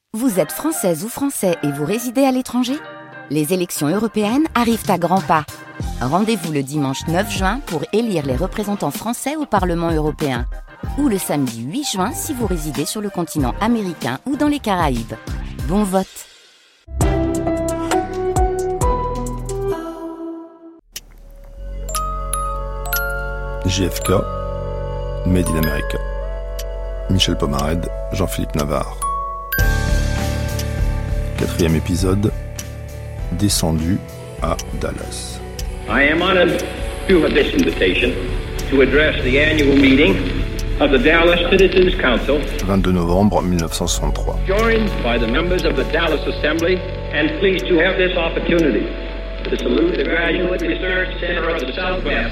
Vous êtes française ou français et vous résidez à l'étranger ? Les élections européennes arrivent à grands pas. Rendez-vous le dimanche 9 juin pour élire les représentants français au Parlement européen. Ou le samedi 8 juin si vous résidez sur le continent américain ou dans les Caraïbes. Bon vote! JFK, Made in America. Michel Pomarède, Jean-Philippe Navarre. 4e épisode, descendu à Dallas. I am honored to have this invitation to address the annual meeting of the Dallas Citizens Council. 22 novembre 1963. Joined by the members of the Dallas Assembly and pleased to have this opportunity to salute the Graduate Research Center of the Southwest.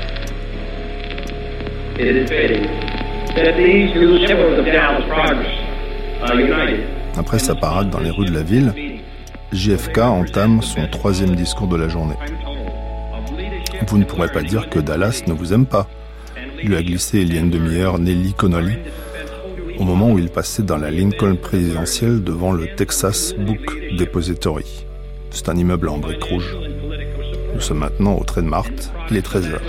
It is fitting that these two symbols of Dallas progress are united. Après sa parade dans les rues de la ville, JFK entame son 3e discours de la journée. Vous ne pourrez pas dire que Dallas ne vous aime pas, lui a glissé il y a une demi-heure Nellie Connolly, au moment où il passait dans la Lincoln présidentielle devant le Texas Book Depository. C'est un immeuble en briques rouges. Nous sommes maintenant au trait de Marthe, il est 13h.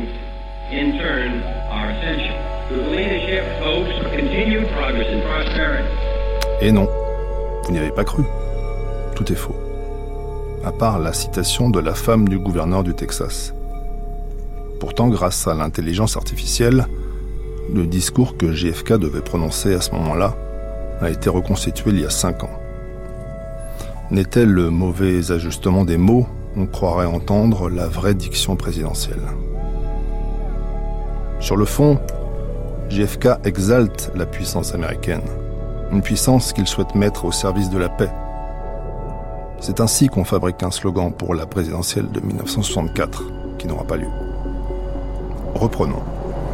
Et non, vous n'y avez pas cru. Tout est faux. À part la citation de la femme du gouverneur du Texas. Pourtant, grâce à l'intelligence artificielle, le discours que JFK devait prononcer à ce moment-là a été reconstitué il y a 5 ans. N'était le mauvais ajustement des mots, on croirait entendre la vraie diction présidentielle. Sur le fond, JFK exalte la puissance américaine, une puissance qu'il souhaite mettre au service de la paix. C'est ainsi qu'on fabrique un slogan pour la présidentielle de 1964, qui n'aura pas lieu. Reprenons.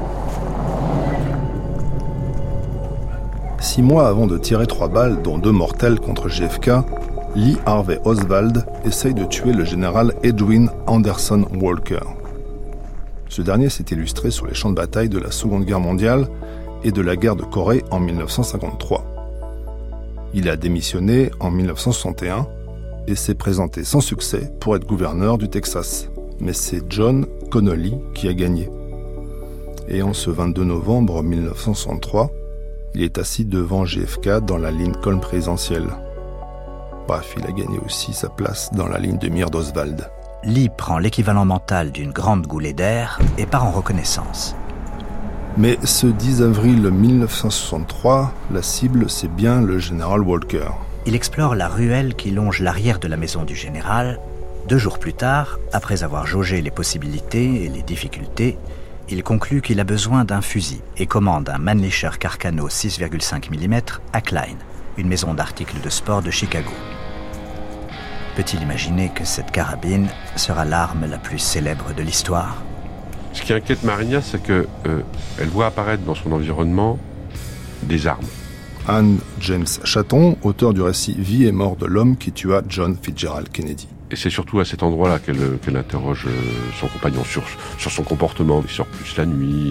6 mois avant de tirer 3 balles, dont 2 mortelles contre JFK, Lee Harvey Oswald essaye de tuer le général Edwin Anderson Walker. Ce dernier s'est illustré sur les champs de bataille de la Seconde Guerre mondiale et de la guerre de Corée en 1953. Il a démissionné en 1961 et s'est présenté sans succès pour être gouverneur du Texas. Mais c'est John Connolly qui a gagné. Et en ce 22 novembre 1963, il est assis devant JFK dans la Lincoln présidentielle. Bref, il a gagné aussi sa place dans la ligne de mire d'Oswald. Lee prend l'équivalent mental d'une grande goulée d'air et part en reconnaissance. Mais ce 10 avril 1963, la cible, c'est bien le général Walker. Il explore la ruelle qui longe l'arrière de la maison du général. 2 jours plus tard, après avoir jaugé les possibilités et les difficultés, il conclut qu'il a besoin d'un fusil et commande un Mannlicher Carcano 6,5 mm à Klein, une maison d'articles de sport de Chicago. Peut-il imaginer que cette carabine sera l'arme la plus célèbre de l'histoire ? Ce qui inquiète Marinia, c'est qu'elle voit apparaître dans son environnement des armes. Anne James Chatton, auteur du récit « Vie et mort de l'homme qui tua John Fitzgerald Kennedy ». Et c'est surtout à cet endroit-là qu'elle interroge son compagnon sur son comportement. Il sort plus la nuit,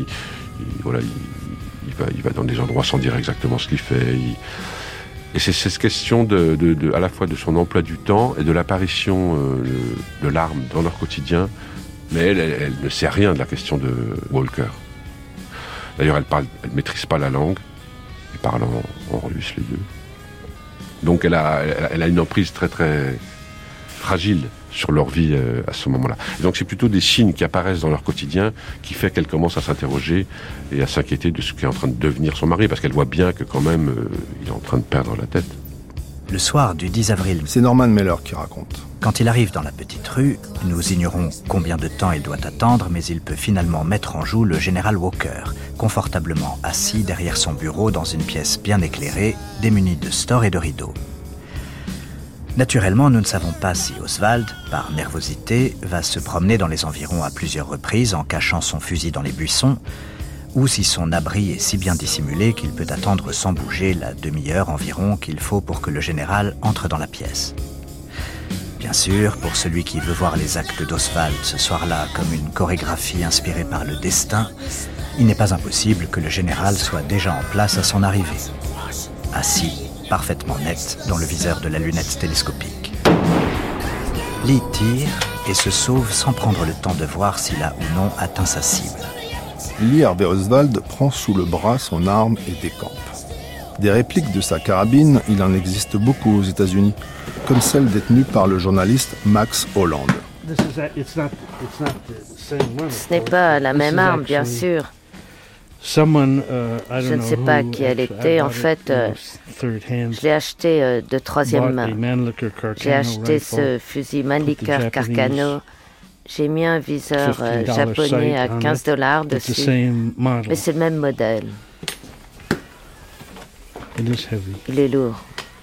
il va dans des endroits sans dire exactement ce qu'il fait. Et c'est cette question à la fois de son emploi du temps et de l'apparition de l'arme dans leur quotidien. Mais elle ne sait rien de la question de Walker. D'ailleurs, elle maîtrise pas la langue. Ils parlent en russe, les deux. Donc elle a une emprise très très fragile sur leur vie à ce moment-là. Et donc c'est plutôt des signes qui apparaissent dans leur quotidien qui fait qu'elle commence à s'interroger et à s'inquiéter de ce qu'est en train de devenir son mari, parce qu'elle voit bien que quand même il est en train de perdre la tête. Le soir du 10 avril, c'est Norman Mailer qui raconte. Quand il arrive dans la petite rue, nous ignorons combien de temps il doit attendre, mais il peut finalement mettre en joue le général Walker, confortablement assis derrière son bureau dans une pièce bien éclairée, démunie de stores et de rideaux. Naturellement, nous ne savons pas si Oswald, par nervosité, va se promener dans les environs à plusieurs reprises en cachant son fusil dans les buissons, ou si son abri est si bien dissimulé qu'il peut attendre sans bouger la demi-heure environ qu'il faut pour que le général entre dans la pièce. Bien sûr, pour celui qui veut voir les actes d'Oswald ce soir-là comme une chorégraphie inspirée par le destin, il n'est pas impossible que le général soit déjà en place à son arrivée. Assis, parfaitement nette dans le viseur de la lunette télescopique. Lee tire et se sauve sans prendre le temps de voir s'il a ou non atteint sa cible. Lee Harvey Oswald prend sous le bras son arme et décampe. Des répliques de sa carabine, il en existe beaucoup aux États-Unis, comme celle détenue par le journaliste Max Holland. Ce n'est pas la même arme, bien sûr. Je ne sais pas qui elle était. En fait, je l'ai acheté de troisième main. J'ai acheté ce fusil Mannlicher Carcano. J'ai mis un viseur japonais à $15 dessus. Mais c'est le même modèle. Il est lourd.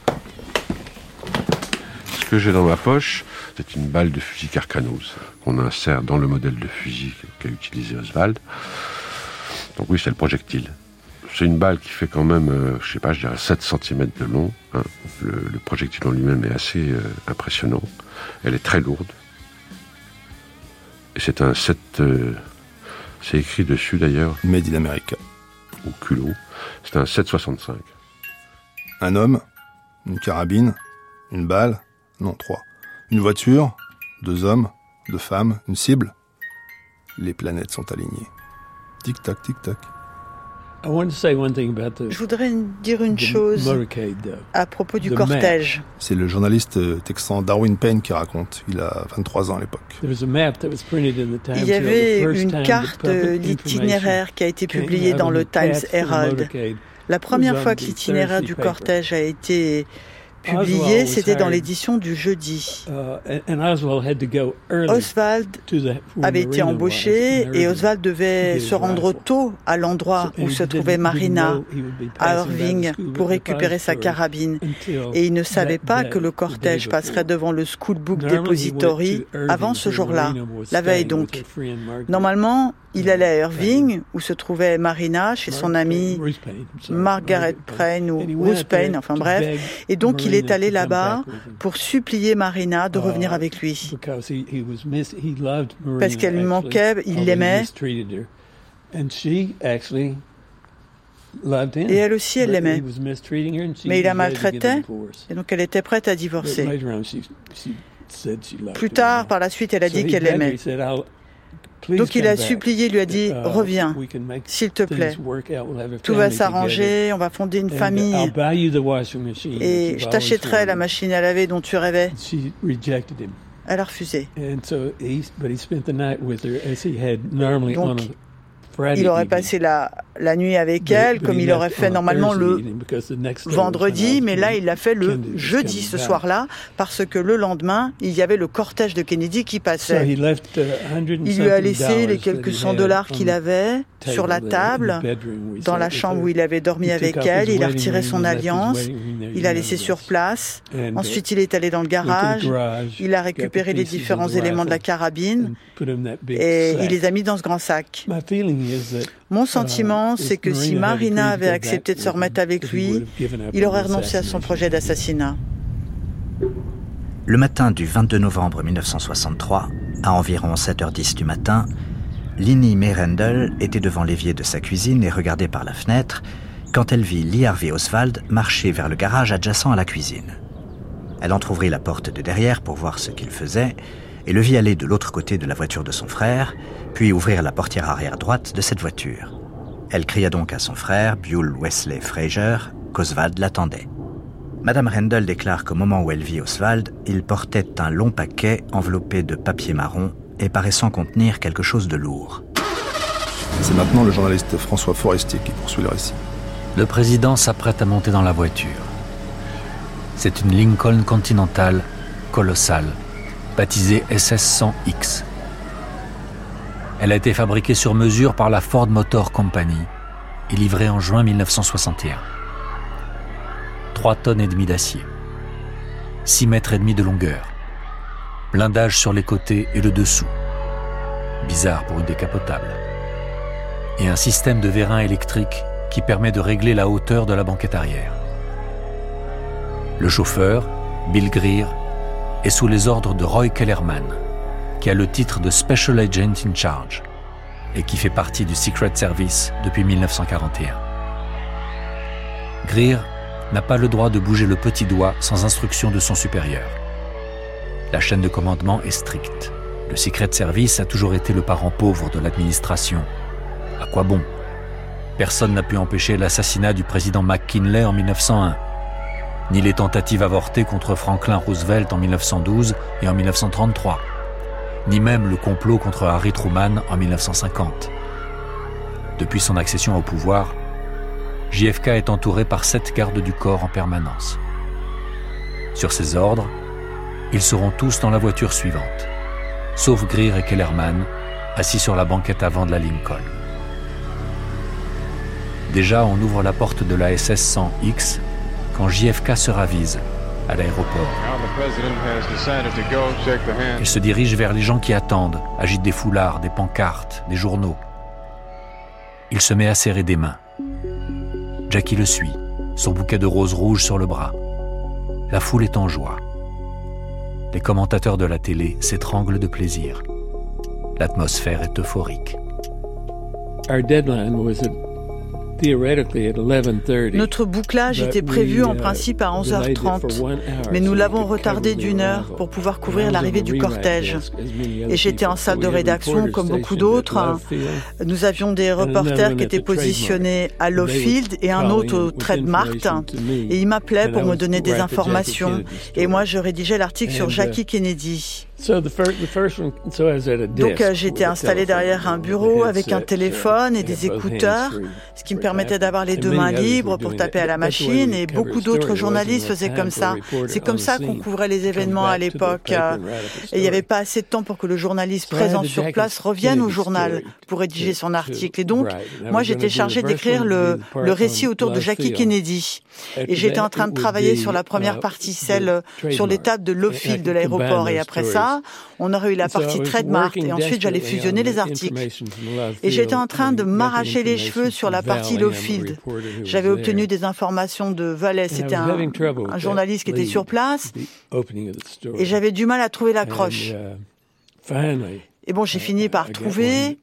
Ce que j'ai dans ma poche, c'est une balle de fusil Carcano qu'on insère dans le modèle de fusil qu'a utilisé Oswald. Donc oui, c'est le projectile. C'est une balle qui fait quand même, je dirais 7 cm de long. Hein. Le projectile en lui-même est assez impressionnant. Elle est très lourde. Et c'est un 7... c'est écrit dessus d'ailleurs. Made in America. Au culot. C'est un 7,65. Un homme, une carabine, une balle, non 3. Une voiture, 2 hommes, 2 femmes, une cible. Les planètes sont alignées. Tic-tac, tic-tac. Je voudrais dire une chose à propos du cortège. C'est le journaliste texan Darwin Payne qui raconte. Il a 23 ans à l'époque. Il y avait une carte de l'itinéraire qui a été publiée dans le Times Herald. La première fois que l'itinéraire du cortège a été publié, c'était dans l'édition du jeudi. Oswald avait été embauché et Oswald devait se rendre tôt à l'endroit où se trouvait Marina, à Irving, pour récupérer sa carabine. Et il ne savait pas que le cortège passerait devant le School Book Depository avant ce jour-là, la veille donc. Normalement, il allait à Irving, où se trouvait Marina, chez son amie Margaret Payne ou Ruth Payne, enfin bref. Et donc, il est allé là-bas pour supplier Marina de revenir avec lui. Parce qu'elle lui manquait, il l'aimait. Et elle aussi, elle l'aimait. Mais il la maltraitait, et donc elle était prête à divorcer. Plus tard, par la suite, elle a dit qu'elle l'aimait. Donc il a supplié, lui a dit « Reviens, s'il te plaît. Tout va s'arranger, on va fonder une famille. Et je t'achèterai la machine à laver dont tu rêvais. » Elle a refusé. Donc, il aurait passé la nuit avec elle, comme il aurait fait normalement le vendredi, mais là, il l'a fait le jeudi, ce soir-là, parce que le lendemain, il y avait le cortège de Kennedy qui passait. Il lui a laissé les quelques $100 qu'il avait sur la table, dans la chambre où il avait dormi avec elle. Il a retiré son alliance, il l'a laissé sur place. Ensuite, il est allé dans le garage, il a récupéré les différents éléments de la carabine et il les a mis dans ce grand sac. Mon sentiment, c'est que si Marina avait accepté de se remettre avec lui, il aurait renoncé à son projet d'assassinat. Le matin du 22 novembre 1963, à environ 7h10 du matin, Linnie Mae Rendell était devant l'évier de sa cuisine et regardait par la fenêtre quand elle vit Lee Harvey Oswald marcher vers le garage adjacent à la cuisine. Elle entrouvrit la porte de derrière pour voir ce qu'il faisait et le vit aller de l'autre côté de la voiture de son frère, puis ouvrir la portière arrière droite de cette voiture. Elle cria donc à son frère, Buell Wesley Fraser, qu'Oswald l'attendait. Madame Rendell déclare qu'au moment où elle vit Oswald, il portait un long paquet enveloppé de papier marron et paraissant contenir quelque chose de lourd. C'est maintenant le journaliste François Forestier qui poursuit le récit. Le président s'apprête à monter dans la voiture. C'est une Lincoln Continental colossale, baptisée SS-100X. Elle a été fabriquée sur mesure par la Ford Motor Company et livrée en juin 1961. 3 tonnes et demie d'acier, 6 mètres et demi de longueur, blindage sur les côtés et le dessous, bizarre pour une décapotable, et un système de vérin électrique qui permet de régler la hauteur de la banquette arrière. Le chauffeur, Bill Greer, est sous les ordres de Roy Kellerman, qui a le titre de Special Agent in Charge et qui fait partie du Secret Service depuis 1941. Greer n'a pas le droit de bouger le petit doigt sans instruction de son supérieur. La chaîne de commandement est stricte. Le Secret Service a toujours été le parent pauvre de l'administration. À quoi bon ? Personne n'a pu empêcher l'assassinat du président McKinley en 1901, ni les tentatives avortées contre Franklin Roosevelt en 1912 et en 1933, ni même le complot contre Harry Truman en 1950. Depuis son accession au pouvoir, JFK est entouré par 7 gardes du corps en permanence. Sur ses ordres, ils seront tous dans la voiture suivante, sauf Greer et Kellerman, assis sur la banquette avant de la Lincoln. Déjà, on ouvre la porte de la SS-100X quand JFK se ravise à l'aéroport. Il se dirige vers les gens qui attendent, agite des foulards, des pancartes, des journaux. Il se met à serrer des mains. Jackie le suit, son bouquet de roses rouges sur le bras. La foule est en joie. Les commentateurs de la télé s'étranglent de plaisir. L'atmosphère est euphorique. Our deadline was Notre bouclage était prévu en principe à 11h30, mais nous l'avons retardé d'1 heure pour pouvoir couvrir l'arrivée du cortège. Et j'étais en salle de rédaction comme beaucoup d'autres. Nous avions des reporters qui étaétaient positionnés à Love Field et un autre au Trade Mart. Et ils m'appelaient pour me donner des informations. Et moi, je rédigeais l'article sur Jackie Kennedy. Donc j'étais installé derrière un bureau avec un téléphone et des écouteurs, ce qui me permettait d'avoir les 2 mains libres pour taper à la machine, et beaucoup d'autres journalistes faisaient comme ça. C'est comme ça qu'on couvrait les événements à l'époque. Et il n'y avait pas assez de temps pour que le journaliste présent sur place revienne au journal pour rédiger son article. Et donc, moi j'étais chargé d'écrire le récit autour de Jackie Kennedy. Et j'étais en train de travailler sur la première partie, celle sur les tables de Love Field de l'aéroport. Et après ça, on aurait eu la partie Trade Mart et ensuite j'allais fusionner les articles. Et j'étais en train de m'arracher les cheveux sur la partie Love Field. J'avais obtenu des informations de Valais, c'était un journaliste qui était sur place, et j'avais du mal à trouver l'accroche. Et bon, j'ai fini par trouver.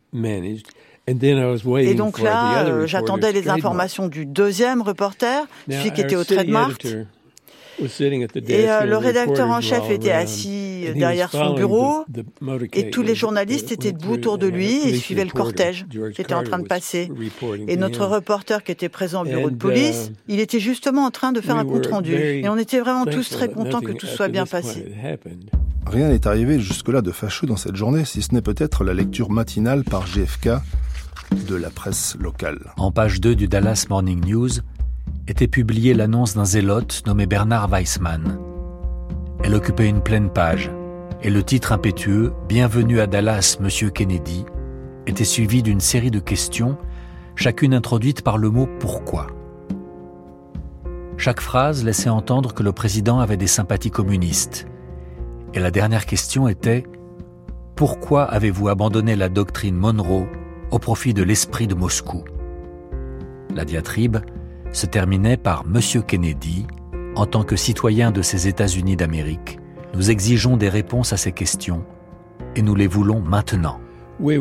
Et donc là, j'attendais les informations du deuxième reporter, celui qui était au Trade Mart. Et le rédacteur en chef était assis derrière son bureau et tous les journalistes étaient debout autour de lui et suivaient le cortège qui était en train de passer. Et notre reporter qui était présent au bureau de police, il était justement en train de faire un compte-rendu. Et on était vraiment tous très contents que tout soit bien passé. Rien n'est arrivé jusque-là de fâcheux dans cette journée, si ce n'est peut-être la lecture matinale par JFK de la presse locale. En page 2 du Dallas Morning News, était publiée l'annonce d'un zélote nommé Bernard Weissman. Elle occupait une pleine page, et le titre impétueux « Bienvenue à Dallas, Monsieur Kennedy » était suivi d'une série de questions, chacune introduite par le mot « pourquoi ». Chaque phrase laissait entendre que le président avait des sympathies communistes. Et la dernière question était « Pourquoi avez-vous abandonné la doctrine Monroe au profit de l'esprit de Moscou ?» La diatribe se terminait par « Monsieur Kennedy, en tant que citoyen de ces États-Unis d'Amérique, nous exigeons des réponses à ces questions et nous les voulons maintenant. » On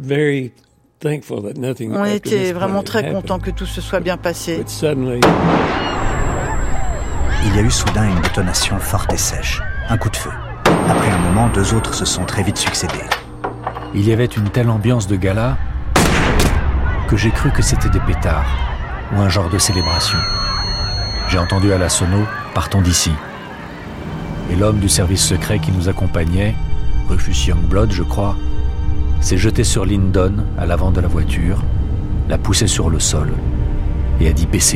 était vraiment très contents que tout se soit bien passé. Il y a eu soudain une détonation forte et sèche, un coup de feu. Après un moment, 2 autres se sont très vite succédés. Il y avait une telle ambiance de gala que j'ai cru que c'était des pétards ou un genre de célébration. J'ai entendu à la sono « Partons d'ici ». Et l'homme du service secret qui nous accompagnait, Rufus Youngblood je crois, s'est jeté sur Lyndon à l'avant de la voiture, l'a poussé sur le sol et a dit « Baissez-vous ».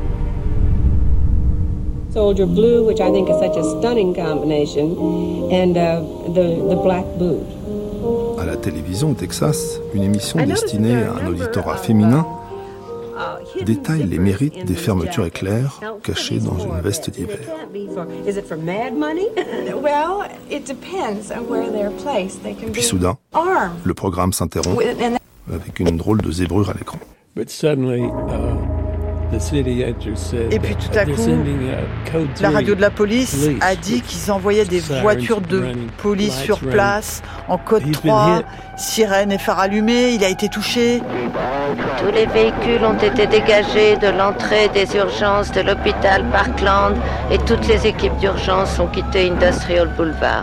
Soldier Blue, which I think is such a stunning combination, and the black boot. À la télévision au Texas, une émission destinée à un auditorat féminin détaille les mérites des fermetures éclairs cachées dans une veste d'hiver. Puis soudain, le programme s'interrompt avec une drôle de zébrure à l'écran. Et puis tout à coup, la radio de la police a dit qu'ils envoyaient des voitures de police sur place, en code 3, sirène et phare allumés. Il a été touché. Tous les véhicules ont été dégagés de l'entrée des urgences de l'hôpital Parkland et toutes les équipes d'urgence ont quitté Industrial Boulevard.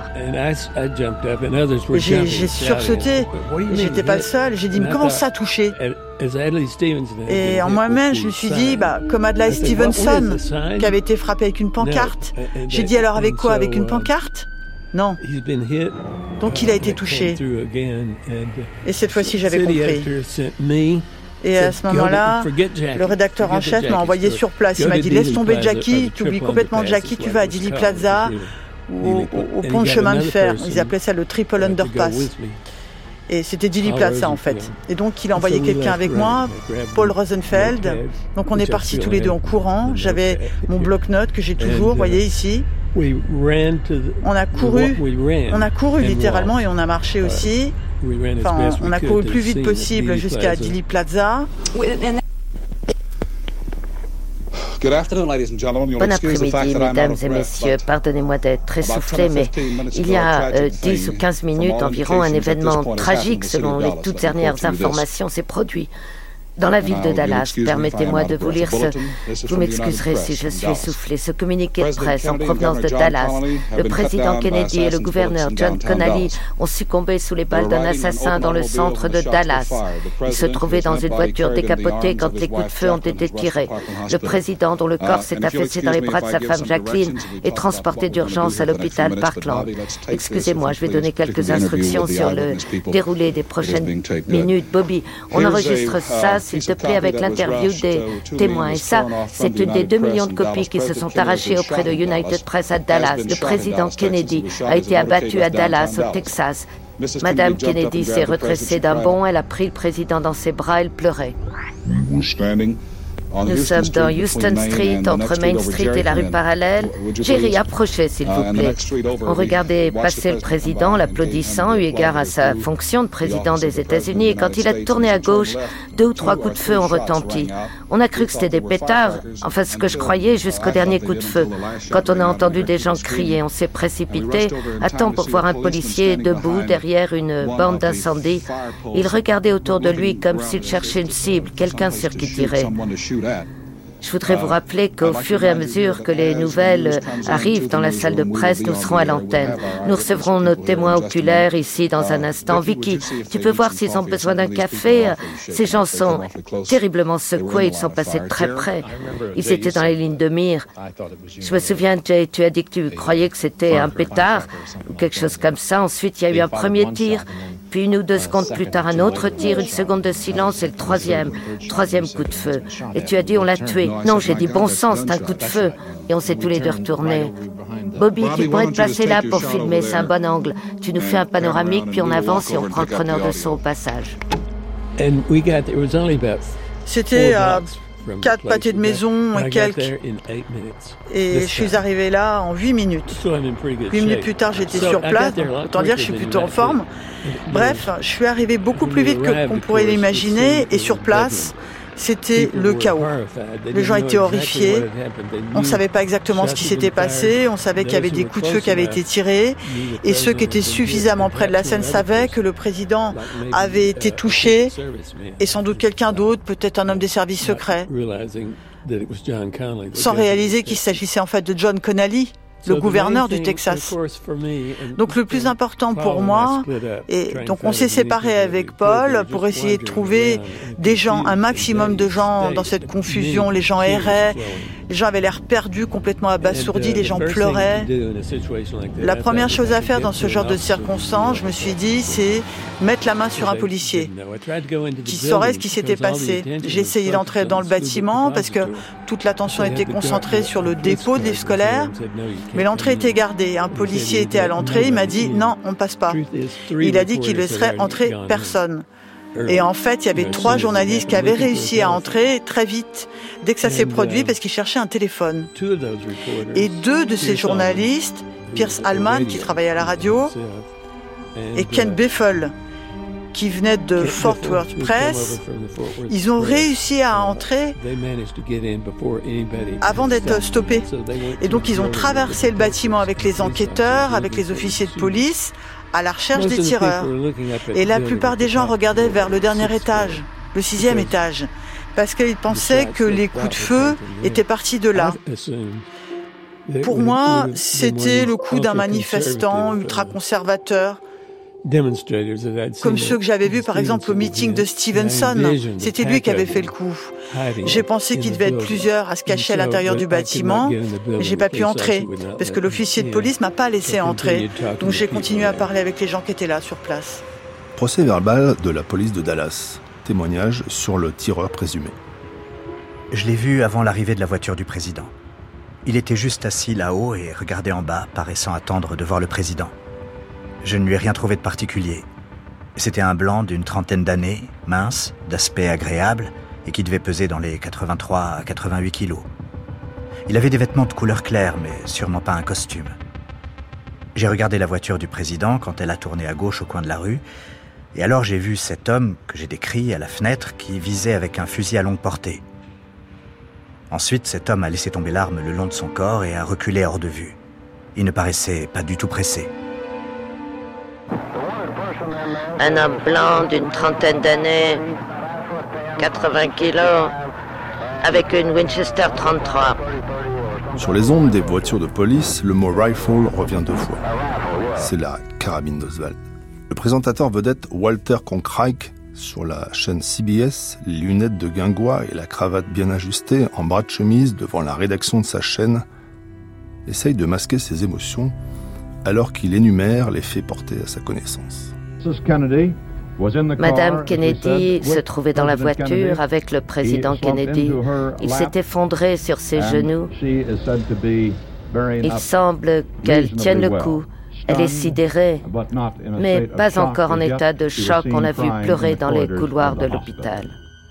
J'ai sursauté, mais j'étais pas le seul. J'ai dit, mais comment ça touché? Et en moi-même, je me suis dit, comme Adlai Stevenson, qui avait été frappé avec une pancarte. J'ai dit, alors avec quoi? Avec une pancarte? Non. Donc il a été touché. Et cette fois-ci, j'avais compris. Et à ce moment-là, le rédacteur en chef m'a envoyé sur place. Il m'a dit, laisse tomber Jackie, tu oublies complètement Jackie, tu vas à Dealey Plaza, au pont de chemin de fer. Ils appelaient ça le Triple Underpass. Et c'était Dealey Plaza en fait. Et donc il a envoyé quelqu'un avec moi, Paul Rosenfeld. Donc on est partis tous les deux en courant. J'avais mon bloc-notes que j'ai toujours, vous voyez ici. On a couru littéralement et on a marché aussi. Enfin, on a couru le plus vite possible jusqu'à Dealey Plaza. Bon après-midi, mesdames et messieurs. Pardonnez-moi d'être essoufflé, mais il y a 10 ou 15 minutes environ, un événement tragique, selon les toutes dernières informations, s'est produit dans la ville de Dallas. Permettez-moi de vous lire vous m'excuserez si je suis essoufflé, ce communiqué de presse en provenance de Dallas. Le président Kennedy et le gouverneur John Connally ont succombé sous les balles d'un assassin dans le centre de Dallas. Ils se trouvaient dans une voiture décapotée quand les coups de feu ont été tirés. Le président, dont le corps s'est affaissé dans les bras de sa femme Jacqueline, est transporté d'urgence à l'hôpital Parkland. Excusez-moi, je vais donner quelques instructions sur le déroulé des prochaines minutes. Bobby, on enregistre ça, s'il te plaît, avec l'interview des témoins. Et ça, c'est une des 2 millions de copies qui se sont arrachées auprès de United Press à Dallas. Le président Kennedy a été abattu à Dallas, au Texas. Madame Kennedy s'est redressée d'un bond, elle a pris le président dans ses bras, elle pleurait. Nous sommes dans Houston Street, entre Main Street et la rue parallèle. Jerry, approchez, s'il vous plaît. On regardait passer le président, l'applaudissant, eu égard à sa fonction de président des États-Unis. Et quand il a tourné à gauche, 2 ou 3 coups de feu ont retenti. On a cru que c'était des pétards, enfin ce que je croyais jusqu'au dernier coup de feu. Quand on a entendu des gens crier, on s'est précipité, à temps pour voir un policier debout derrière une bande d'incendie. Il regardait autour de lui comme s'il cherchait une cible, quelqu'un sur qui tirer. Je voudrais vous rappeler qu'au fur et à mesure que les nouvelles arrivent dans la salle de presse, nous serons à l'antenne. Nous recevrons nos témoins oculaires ici dans un instant. Vicky, tu peux voir s'ils ont besoin d'un café? Ces gens sont terriblement secoués, ils sont passés de très près. Ils étaient dans les lignes de mire. Je me souviens, Jay, tu as dit que tu croyais que c'était un pétard ou quelque chose comme ça. Ensuite, il y a eu un premier tir. Puis 1 ou 2 secondes plus tard, un autre tir, 1 seconde de silence et le troisième coup de feu. Et tu as dit, on l'a tué. Non, j'ai dit, bon sang, c'est un coup de feu. Et on s'est tous les deux retournés. Bobby, tu pourrais te placer là pour filmer, c'est un bon angle. Tu nous fais un panoramique, puis on avance et on prend le preneur de son au passage. C'était 4 pâtés de maison et quelques. Et je suis arrivé là en 8 minutes. 8 minutes plus tard, j'étais sur place. Autant dire que je suis plutôt en forme. Bref, je suis arrivé beaucoup plus vite que qu'on pourrait l'imaginer. Et sur place, c'était le chaos. Les gens étaient horrifiés. On ne savait pas exactement ce qui s'était passé. On savait qu'il y avait des coups de feu qui avaient été tirés. Et ceux qui étaient suffisamment près de la scène savaient que le président avait été touché. Et sans doute quelqu'un d'autre, peut-être un homme des services secrets. Sans réaliser qu'il s'agissait en fait de John Connally, le gouverneur du Texas. Donc le plus important pour moi, et donc on s'est séparés avec Paul pour essayer de trouver des gens, un maximum de gens dans cette confusion. Les gens erraient, les gens avaient l'air perdus, complètement abasourdis, les gens pleuraient. La première chose à faire dans ce genre de circonstances, je me suis dit, c'est mettre la main sur un policier qui saurait ce qui s'était passé. J'ai essayé d'entrer dans le bâtiment parce que toute l'attention était concentrée sur le dépôt des scolaires. Mais l'entrée était gardée. Un policier était à l'entrée. Il m'a dit non, on ne passe pas. Il a dit qu'il laisserait entrer personne. Et en fait, il y avait 3 journalistes qui avaient réussi à entrer très vite dès que ça s'est produit parce qu'ils cherchaient un téléphone. Et 2 de ces journalistes, Pierce Allman qui travaillait à la radio et Ken Beffel, qui venaient de Fort Worth Press. Ils ont réussi à entrer avant d'être stoppés. Et donc ils ont traversé le bâtiment avec les enquêteurs, avec les officiers de police, à la recherche des tireurs. Et la plupart des gens regardaient vers le dernier étage, le 6e étage, parce qu'ils pensaient que les coups de feu étaient partis de là. Pour moi, c'était le coup d'un manifestant ultra-conservateur, comme ceux que j'avais vus par exemple au meeting de Stevenson. C'était lui qui avait fait le coup. J'ai pensé qu'il devait être plusieurs à se cacher à l'intérieur du bâtiment, mais j'ai pas pu entrer, parce que l'officier de police m'a pas laissé entrer. Donc j'ai continué à parler avec les gens qui étaient là sur place. Procès verbal de la police de Dallas. Témoignage sur le tireur présumé. Je l'ai vu avant l'arrivée de la voiture du président. Il était juste assis là-haut et regardait en bas, paraissant attendre de voir le président. Je ne lui ai rien trouvé de particulier. C'était un blanc d'une 30aine d'années, mince, d'aspect agréable, et qui devait peser dans les 83 à 88 kilos. Il avait des vêtements de couleur claire, mais sûrement pas un costume. J'ai regardé la voiture du président quand elle a tourné à gauche au coin de la rue, et alors j'ai vu cet homme que j'ai décrit à la fenêtre qui visait avec un fusil à longue portée. Ensuite, cet homme a laissé tomber l'arme le long de son corps et a reculé hors de vue. Il ne paraissait pas du tout pressé. Un homme blanc d'une 30aine d'années, 80 kilos, avec une Winchester 33. Sur les ondes des voitures de police, le mot rifle revient 2 fois. C'est la carabine d'Oswald. Le présentateur vedette Walter Cronkite, sur la chaîne CBS, les lunettes de guingois et la cravate bien ajustée en bras de chemise devant la rédaction de sa chaîne, essaye de masquer ses émotions alors qu'il énumère les faits portés à sa connaissance. Madame Kennedy se trouvait dans la voiture avec le président Kennedy. Il s'est effondré sur ses genoux. Il semble qu'elle tienne le coup. Elle est sidérée, mais pas encore en état de choc. On l'a vu pleurer dans les couloirs de l'hôpital.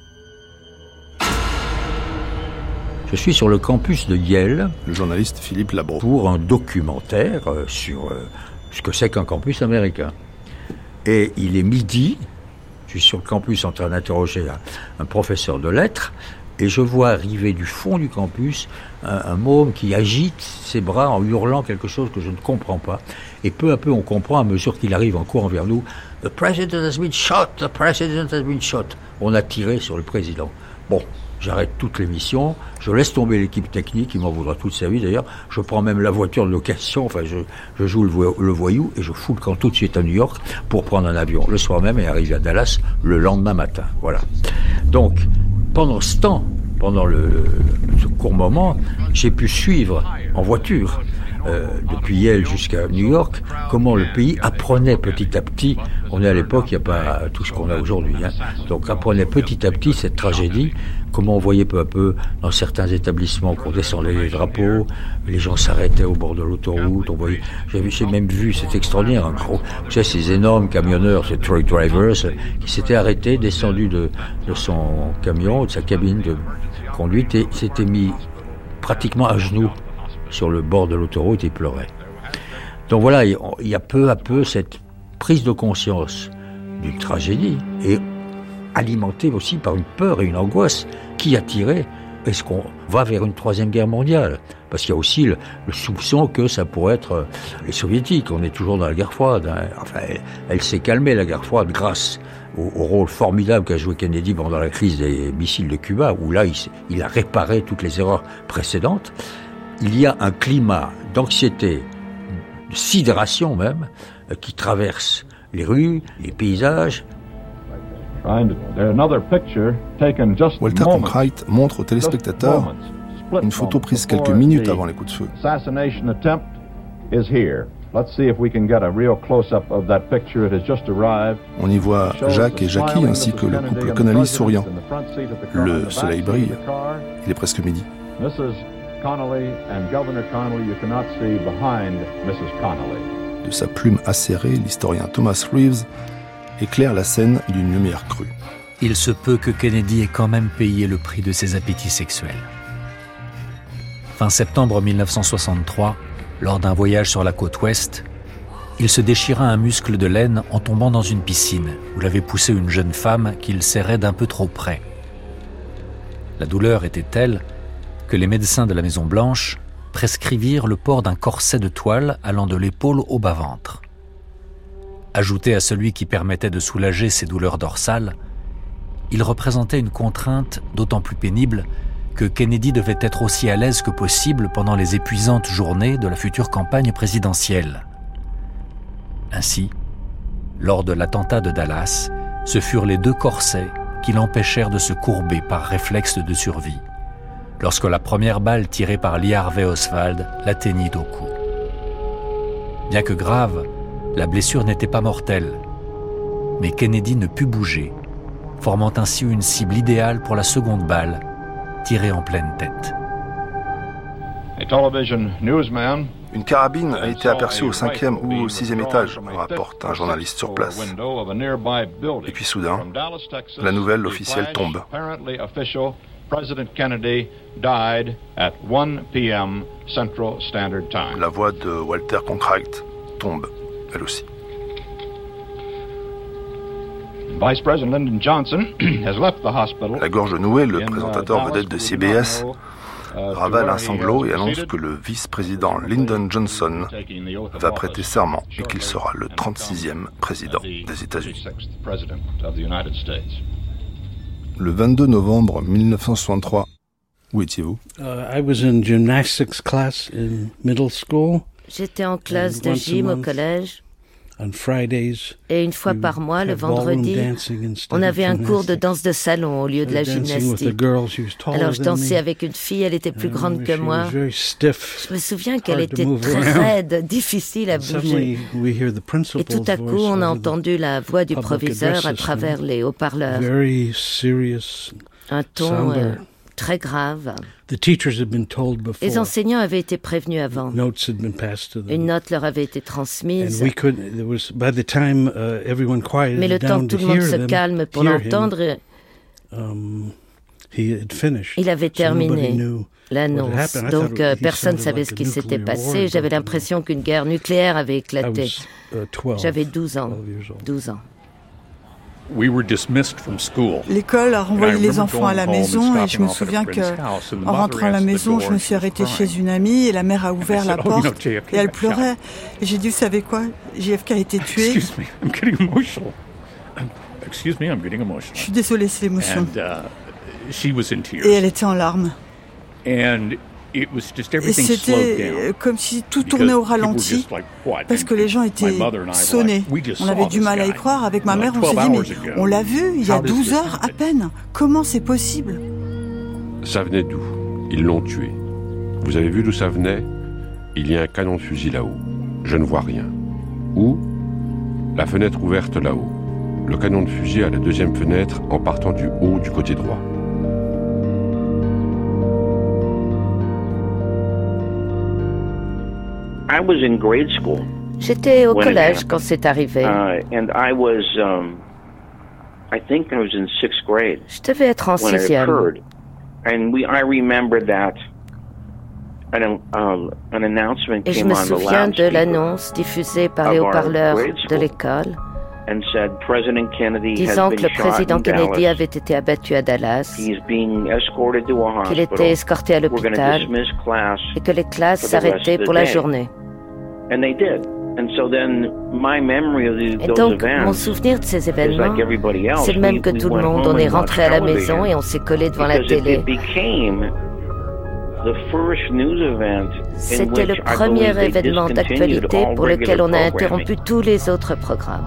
Je suis sur le campus de Yale. Le journaliste Philippe Labro. Pour un documentaire sur ce que c'est qu'un campus américain. Et il est midi. Je suis sur le campus en train d'interroger un professeur de lettres. Et je vois arriver du fond du campus un môme qui agite ses bras en hurlant quelque chose que je ne comprends pas. Et peu à peu, on comprend à mesure qu'il arrive en courant vers nous. « The president has been shot! The president has been shot! » On a tiré sur le président. Bon, j'arrête toute l'émission, je laisse tomber l'équipe technique, il m'en voudra toute sa vie d'ailleurs. Je prends même la voiture de location, enfin je joue le voyou et je fous le camp tout de suite à New York pour prendre un avion le soir même et arriver à Dallas le lendemain matin. Voilà. Donc, pendant ce temps, pendant ce court moment, j'ai pu suivre en voiture, depuis Yale jusqu'à New York, comment le pays apprenait petit à petit, on est à l'époque, il n'y a pas tout ce qu'on a aujourd'hui, donc apprenait petit à petit cette tragédie, comment on voyait peu à peu dans certains établissements qu'on descendait les drapeaux, les gens s'arrêtaient au bord de l'autoroute, on voyait, j'ai même vu, c'est extraordinaire, un gros, tu sais, ces énormes camionneurs, ces truck drivers, qui s'étaient arrêtés, descendus de son camion, de sa cabine de conduite et s'étaient mis pratiquement à genoux sur le bord de l'autoroute et pleurait. Donc voilà, il y a peu à peu cette prise de conscience d'une tragédie et alimentée aussi par une peur et une angoisse qui a tiré. Est-ce qu'on va vers une 3e guerre mondiale? Parce qu'il y a aussi le soupçon que ça pourrait être les soviétiques. On est toujours dans la guerre froide. Enfin, elle s'est calmée, la guerre froide, grâce au rôle formidable qu'a joué Kennedy pendant la crise des missiles de Cuba, où là, il a réparé toutes les erreurs précédentes. Il y a un climat d'anxiété, de sidération même, qui traverse les rues, les paysages. Walter Cronkite montre aux téléspectateurs une photo prise quelques minutes avant les coups de feu. On y voit Jacques et Jackie ainsi que le couple Connolly souriant. Le soleil brille. Il est presque midi. De sa plume acérée, l'historien Thomas Reeves éclaire la scène d'une lumière crue. Il se peut que Kennedy ait quand même payé le prix de ses appétits sexuels. Fin septembre 1963, lors d'un voyage sur la côte ouest, il se déchira un muscle de l'aine en tombant dans une piscine où l'avait poussé une jeune femme qu'il serrait d'un peu trop près. La douleur était telle que les médecins de la Maison-Blanche prescrivirent le port d'un corset de toile allant de l'épaule au bas-ventre. Ajouté à celui qui permettait de soulager ses douleurs dorsales, il représentait une contrainte d'autant plus pénible que Kennedy devait être aussi à l'aise que possible pendant les épuisantes journées de la future campagne présidentielle. Ainsi, lors de l'attentat de Dallas, ce furent les 2 corsets qui l'empêchèrent de se courber par réflexe de survie, lorsque la première balle tirée par Lee Harvey Oswald l'atteignit au cou. Bien que grave, la blessure n'était pas mortelle, mais Kennedy ne put bouger, formant ainsi une cible idéale pour la seconde balle, tirée en pleine tête. Une carabine a été aperçue au 5e ou au 6e étage, rapporte un journaliste sur place. Et puis soudain, la nouvelle officielle tombe. La voix de Walter Cronkite tombe, elle aussi. La gorge nouée, le présentateur vedette de CBS, ravale un sanglot et annonce que le vice-président Lyndon Johnson va prêter serment et qu'il sera le 36e président des États-Unis. Le 22 novembre 1963, où étiez-vous? J'étais en classe de gym au collège. Et une fois par mois, le vendredi, on avait un cours de danse de salon au lieu de la gymnastique. Alors je dansais avec une fille, elle était plus grande que moi. Je me souviens qu'elle était très raide, difficile à bouger. Et tout à coup, on a entendu la voix du proviseur à travers les haut-parleurs. Un ton très grave. Les enseignants avaient été prévenus avant. Une note leur avait été transmise. Mais le temps que tout le monde se calme pour l'entendre, il avait terminé l'annonce. Donc personne ne savait ce qui s'était passé. J'avais l'impression qu'une guerre nucléaire avait éclaté. J'avais 12 ans. L'école a renvoyé les enfants à la maison et je me souviens que, en rentrant à la maison, je me suis arrêtée chez une amie et la mère a ouvert la porte et elle pleurait. Et j'ai dit, vous savez quoi, JFK a été tué. Je suis désolée, c'est l'émotion. Et elle était en larmes. Et c'était comme si tout tournait au ralenti, parce que les gens étaient sonnés. On avait du mal à y croire. Avec ma mère, on s'est dit, mais on l'a vu, il y a 12 heures à peine. Comment c'est possible? Ça venait d'où? Ils l'ont tué. Vous avez vu d'où ça venait? Il y a un canon de fusil là-haut. Je ne vois rien. Où? La fenêtre ouverte là-haut. Le canon de fusil à la 2e fenêtre en partant du haut du côté droit. J'étais au collège quand c'est arrivé. Je devais être en 6e. Et je me souviens de l'annonce diffusée par les haut-parleurs de l'école, disant que le président Kennedy avait été abattu à Dallas, qu'il était escorté à l'hôpital et que les classes s'arrêtaient pour la journée. Et donc, mon souvenir de ces événements, c'est le même que tout le monde. On est rentré à la maison et on s'est collé devant la télé. C'était le premier événement d'actualité pour lequel on a interrompu tous les autres programmes.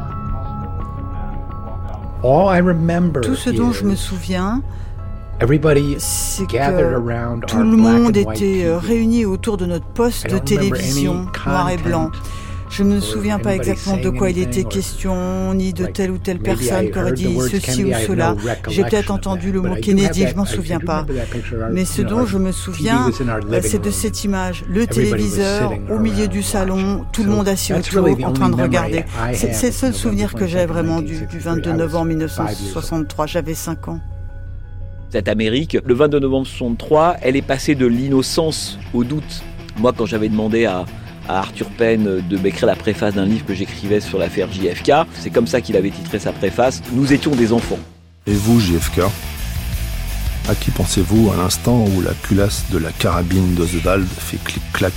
Tout ce dont je me souviens, c'est que tout le monde était réuni autour de notre poste de télévision noir et blanc. Je ne me souviens pas exactement de quoi il était question, ni de telle ou telle personne qui aurait dit ceci ou cela. J'ai peut-être entendu le mot Kennedy, je m'en souviens pas. Mais ce dont je me souviens, c'est de cette image. Le téléviseur, au milieu du salon, tout le monde assis autour, en train de regarder. C'est le seul souvenir que j'ai vraiment du 22 novembre 1963. J'avais 5 ans. Cette Amérique, le 22 novembre 1963, elle est passée de l'innocence au doute. Moi, quand j'avais demandé à à Arthur Penn de m'écrire la préface d'un livre que j'écrivais sur l'affaire JFK. C'est comme ça qu'il avait titré sa préface. Nous étions des enfants. Et vous, JFK, à qui pensez-vous à l'instant où la culasse de la carabine d'Oswald fait clic-clac?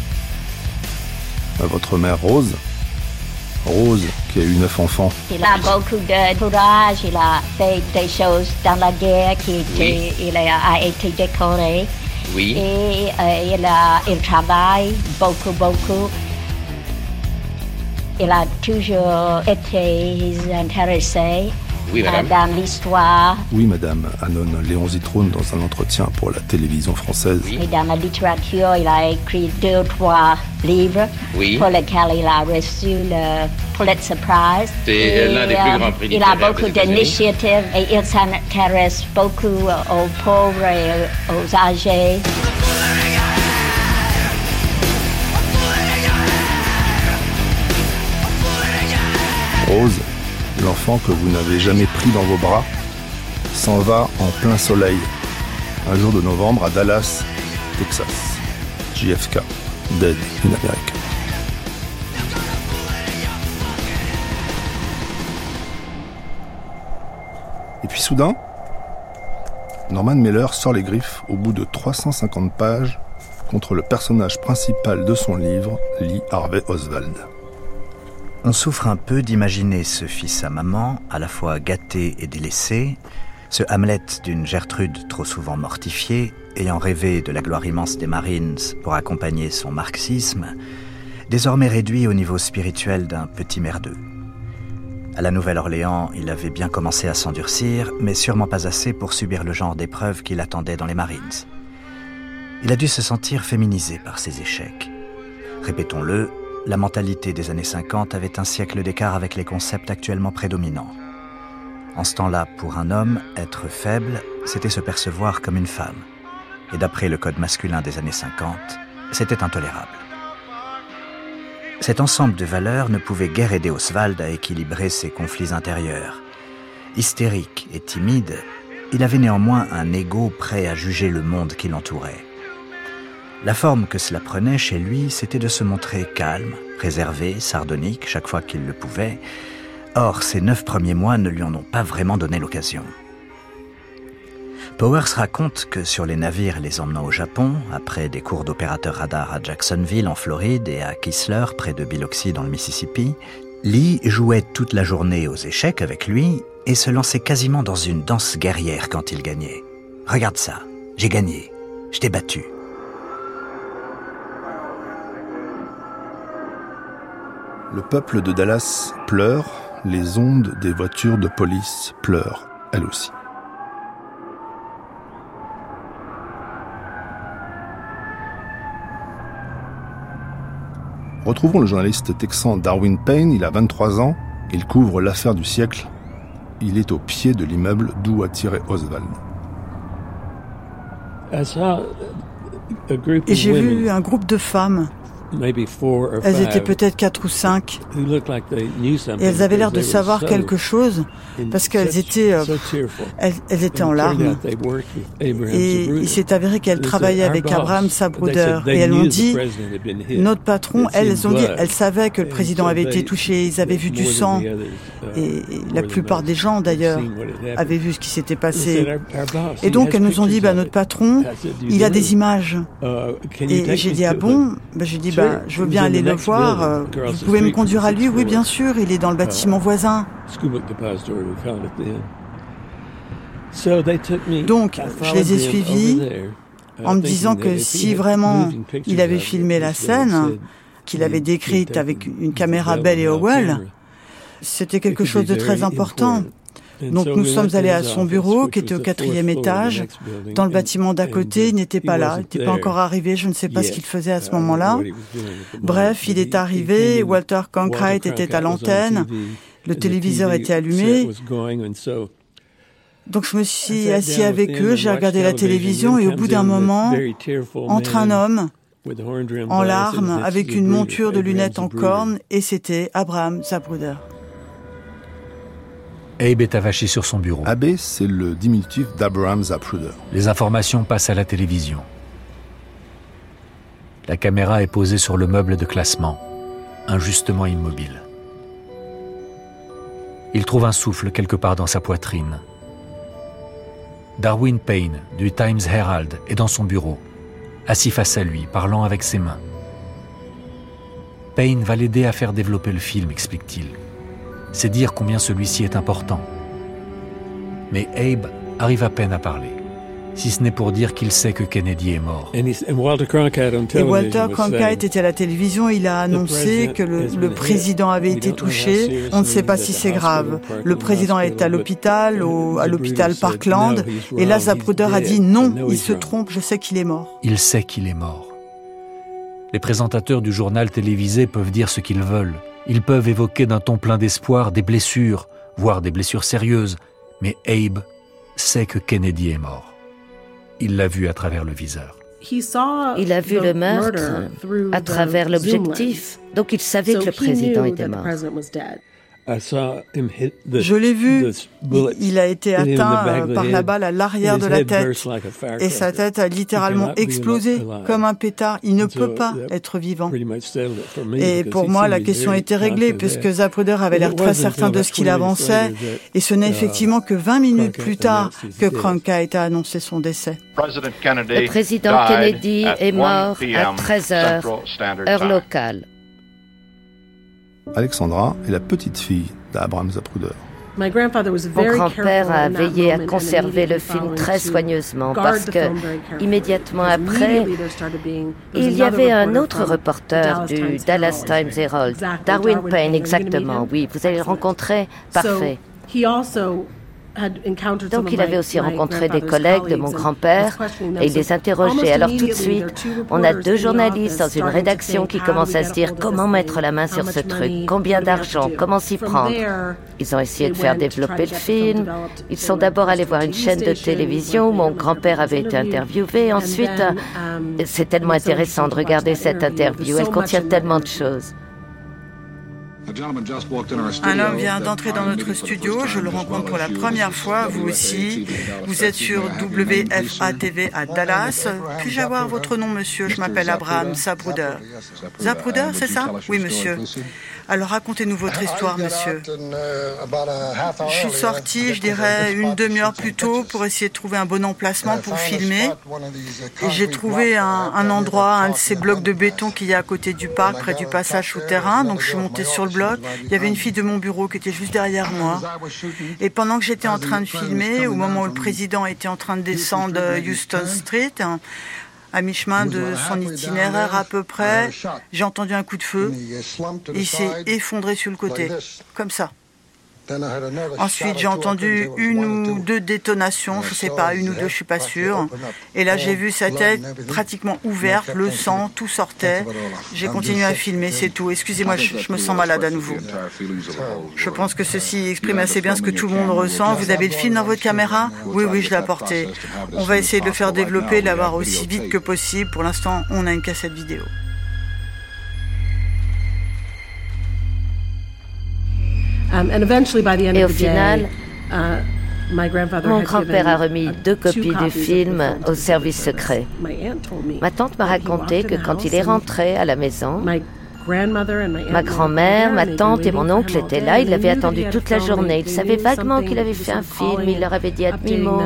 À votre mère Rose? Rose, qui a eu 9 enfants. Il a beaucoup de courage, il a fait des choses dans la guerre, il a été décoré. Oui. Et il travaille beaucoup. Il a toujours été intéressé dans l'histoire. Oui, madame, annonce Léon Zitrone dans un entretien pour la télévision française. Oui. Et dans la littérature, il a écrit 2 ou 3 livres pour lesquels il a reçu le Pulitzer Prize. C'est l'un des plus grands prix littéraires. Il a beaucoup d'initiatives et il s'intéresse beaucoup aux pauvres et aux âgés. Rose, l'enfant que vous n'avez jamais pris dans vos bras, s'en va en plein soleil, un jour de novembre à Dallas, Texas. JFK, Dead in America. Et puis soudain, Norman Mailer sort les griffes au bout de 350 pages contre le personnage principal de son livre, Lee Harvey Oswald. On souffre un peu d'imaginer ce fils à maman, à la fois gâté et délaissé, ce Hamlet d'une Gertrude trop souvent mortifiée, ayant rêvé de la gloire immense des Marines pour accompagner son marxisme, désormais réduit au niveau spirituel d'un petit merdeux. À la Nouvelle-Orléans, il avait bien commencé à s'endurcir, mais sûrement pas assez pour subir le genre d'épreuve qu'il attendait dans les Marines. Il a dû se sentir féminisé par ses échecs. Répétons-le, la mentalité des années 50 avait un siècle d'écart avec les concepts actuellement prédominants. En ce temps-là, pour un homme, être faible, c'était se percevoir comme une femme. Et d'après le code masculin des années 50, c'était intolérable. Cet ensemble de valeurs ne pouvait guère aider Oswald à équilibrer ses conflits intérieurs. Hystérique et timide, il avait néanmoins un ego prêt à juger le monde qui l'entourait. La forme que cela prenait chez lui, c'était de se montrer calme, réservé, sardonique chaque fois qu'il le pouvait. Or, ces 9 premiers mois ne lui en ont pas vraiment donné l'occasion. Powers raconte que sur les navires les emmenant au Japon, après des cours d'opérateur radar à Jacksonville en Floride et à Kistler, près de Biloxi dans le Mississippi, Lee jouait toute la journée aux échecs avec lui et se lançait quasiment dans une danse guerrière quand il gagnait. « Regarde ça, j'ai gagné, je t'ai battu. » Le peuple de Dallas pleure, les ondes des voitures de police pleurent, elles aussi. Retrouvons le journaliste texan Darwin Payne, il a 23 ans, il couvre l'affaire du siècle. Il est au pied de l'immeuble d'où a tiré Oswald. Et j'ai vu un groupe de femmes. Elles étaient peut-être 4 ou 5. Et elles avaient l'air de savoir quelque chose parce qu'elles étaient, elles étaient en larmes. Et il s'est avéré qu'elles travaillaient avec Abraham Zapruder. Et elles m'ont dit, notre patron, elles ont dit, elles savaient que le président avait été touché, ils avaient vu du sang. Et la plupart des gens, d'ailleurs, avaient vu ce qui s'était passé. Et donc, elles nous ont dit, notre patron, il a des images. Et j'ai dit, ah bon? J'ai dit, je veux bien aller le voir. Vous pouvez me conduire à lui? Oui, bien sûr, il est dans le bâtiment voisin. Donc, je les ai suivis en me disant que si vraiment il avait filmé la scène, qu'il avait décrite avec une caméra Bell et Howell, c'était quelque chose de très important. Donc nous sommes allés à son bureau, qui était au 4e étage. Dans le bâtiment d'à côté, il n'était pas là, il n'était pas encore arrivé, je ne sais pas ce qu'il faisait à ce moment-là. Bref, il est arrivé, Walter Cronkite était à l'antenne, le téléviseur était allumé. Donc je me suis assis avec eux, j'ai regardé la télévision et au bout d'un moment, entre un homme en larmes, avec une monture de lunettes en corne, et c'était Abraham Zapruder. Abe est avaché sur son bureau. Abe, c'est le diminutif d'Abraham Zapruder. Les informations passent à la télévision. La caméra est posée sur le meuble de classement, injustement immobile. Il trouve un souffle quelque part dans sa poitrine. Darwin Payne, du Times Herald, est dans son bureau, assis face à lui, parlant avec ses mains. Payne va l'aider à faire développer le film, explique-t-il. C'est dire combien celui-ci est important. Mais Abe arrive à peine à parler, si ce n'est pour dire qu'il sait que Kennedy est mort. Et Walter Cronkite était à la télévision, il a annoncé que le président avait été touché. On ne sait pas si c'est grave. Le président est à l'hôpital, à l'hôpital Parkland, et là Zapruder a dit non, il se trompe, je sais qu'il est mort. Il sait qu'il est mort. Les présentateurs du journal télévisé peuvent dire ce qu'ils veulent. Ils peuvent évoquer d'un ton plein d'espoir des blessures, voire des blessures sérieuses, mais Abe sait que Kennedy est mort. Il l'a vu à travers le viseur. Il a vu le meurtre à travers l'objectif, donc il savait que le président était mort. Je l'ai vu, il a été atteint par la balle à l'arrière de la tête et sa tête a littéralement explosé comme un pétard. Il ne peut pas être vivant. Et pour moi, la question était réglée puisque Zapruder avait l'air très certain de ce qu'il avançait et ce n'est effectivement que 20 minutes plus tard que Cronkite a annoncé son décès. Le président Kennedy est mort à 13h, heure locale. Alexandra est la petite-fille d'Abraham Zapruder. Mon grand-père a veillé à conserver le film très soigneusement parce que, immédiatement après, il y avait un autre reporter du Dallas Times Herald, Darwin Payne, exactement, oui, vous allez le rencontrer, parfait. Donc il avait aussi rencontré des collègues de mon grand-père et il les interrogeait. Alors tout de suite, on a deux journalistes dans une rédaction qui commencent à se dire comment mettre la main sur ce truc, combien d'argent, comment s'y prendre. Ils ont essayé de faire développer le film. Ils sont d'abord allés voir une chaîne de télévision où mon grand-père avait été interviewé. Ensuite, c'est tellement intéressant de regarder cette interview. Elle contient tellement de choses. Un homme vient d'entrer dans notre studio, je le rencontre pour la première fois, vous aussi. Vous êtes sur WFA-TV à Dallas. Puis-je avoir votre nom, monsieur? Je m'appelle Abraham Zapruder. Zapruder, c'est ça? Oui, monsieur. Alors racontez-nous votre histoire, monsieur. Je suis sorti, je dirais, une demi-heure plus tôt pour essayer de trouver un bon emplacement pour filmer. Et j'ai trouvé un endroit, un de ces blocs de béton qu'il y a à côté du parc, près du passage souterrain. Donc je suis monté sur le bloc. Il y avait une fille de mon bureau qui était juste derrière moi. Et pendant que j'étais en train de filmer, au moment où le président était en train de descendre Houston Street, à mi-chemin de son itinéraire à peu près, j'ai entendu un coup de feu et il s'est effondré sur le côté, comme ça. Ensuite, j'ai entendu une ou deux détonations, je ne sais pas, une ou deux, je ne suis pas sûre. Et là, j'ai vu sa tête pratiquement ouverte, le sang, tout sortait. J'ai continué à filmer, c'est tout. Excusez-moi, je me sens malade à nouveau. Je pense que ceci exprime assez bien ce que tout le monde ressent. Vous avez le film dans votre caméra? Oui, oui, je l'ai apporté. On va essayer de le faire développer, de l'avoir aussi vite que possible. Pour l'instant, on a une cassette vidéo. Et au final, mon grand-père a remis 2 copies du film au service secret. Ma tante m'a raconté que quand il est rentré à la maison, ma grand-mère, ma tante et mon oncle étaient là. Il l'avait attendu toute la journée. Il savait vaguement qu'il avait fait un film. Il leur avait dit à demi-mot.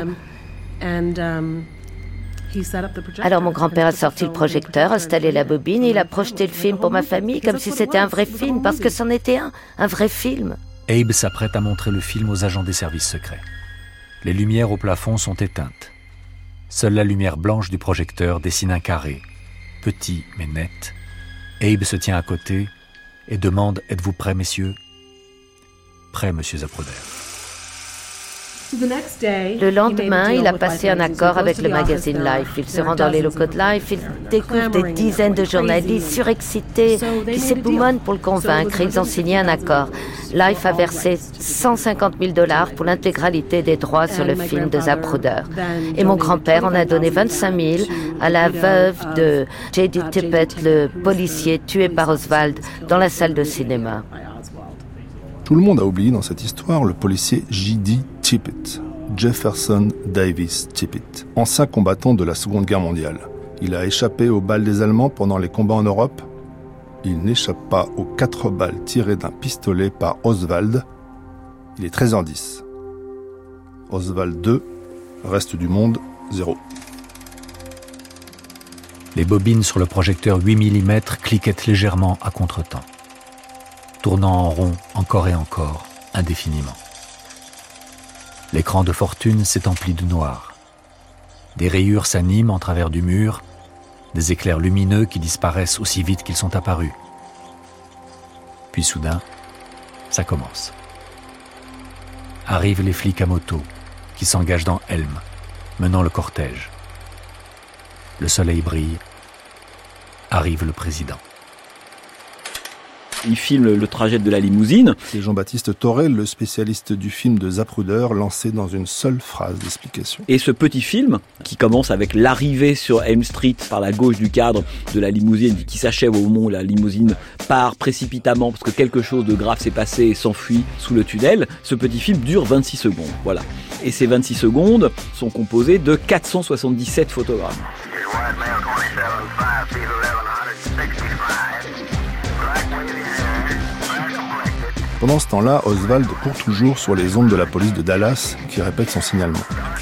Alors mon grand-père a sorti le projecteur, installé la bobine et il a projeté le film pour ma famille comme si c'était un vrai film, parce que c'en était un vrai film. Abe s'apprête à montrer le film aux agents des services secrets. Les lumières au plafond sont éteintes. Seule la lumière blanche du projecteur dessine un carré, petit mais net. Abe se tient à côté et demande « Êtes-vous prêts, messieurs ?»« Prêt, monsieur Zapruder. » Le lendemain, il a passé un accord avec le magazine Life. Il se rend dans les locaux de Life, il découvre des dizaines de journalistes surexcités qui s'époumonnent pour le convaincre. Ils ont signé un accord. Life a versé $150,000 pour l'intégralité des droits sur le film de Zapruder. Et mon grand-père en a donné 25 000 à la veuve de J.D. Tippett, le policier tué par Oswald dans la salle de cinéma. Tout le monde a oublié dans cette histoire le policier J.D. Tippett, Jefferson Davis Tippett, ancien combattant de la Seconde Guerre mondiale. Il a échappé aux balles des Allemands pendant les combats en Europe. Il n'échappe pas aux 4 balles tirées d'un pistolet par Oswald. Il est 13h10. Oswald 2, reste du monde 0. Les bobines sur le projecteur 8 mm cliquettent légèrement à contretemps, tournant en rond encore et encore, indéfiniment. L'écran de fortune s'est empli de noir. Des rayures s'animent en travers du mur, des éclairs lumineux qui disparaissent aussi vite qu'ils sont apparus. Puis soudain, ça commence. Arrivent les flics à moto, qui s'engagent dans Elm, menant le cortège. Le soleil brille. Arrive le président. Il filme le trajet de la limousine. C'est Jean-Baptiste Torel, le spécialiste du film de Zapruder, lancé dans une seule phrase d'explication. Et ce petit film, qui commence avec l'arrivée sur Elm Street par la gauche du cadre de la limousine, qui s'achève au moment où la limousine part précipitamment parce que quelque chose de grave s'est passé et s'enfuit sous le tunnel, ce petit film dure 26 secondes. Voilà. Et ces 26 secondes sont composées de 477 photogrammes. Pendant ce temps-là, Oswald court toujours sur les ondes de la police de Dallas qui répète son signalement.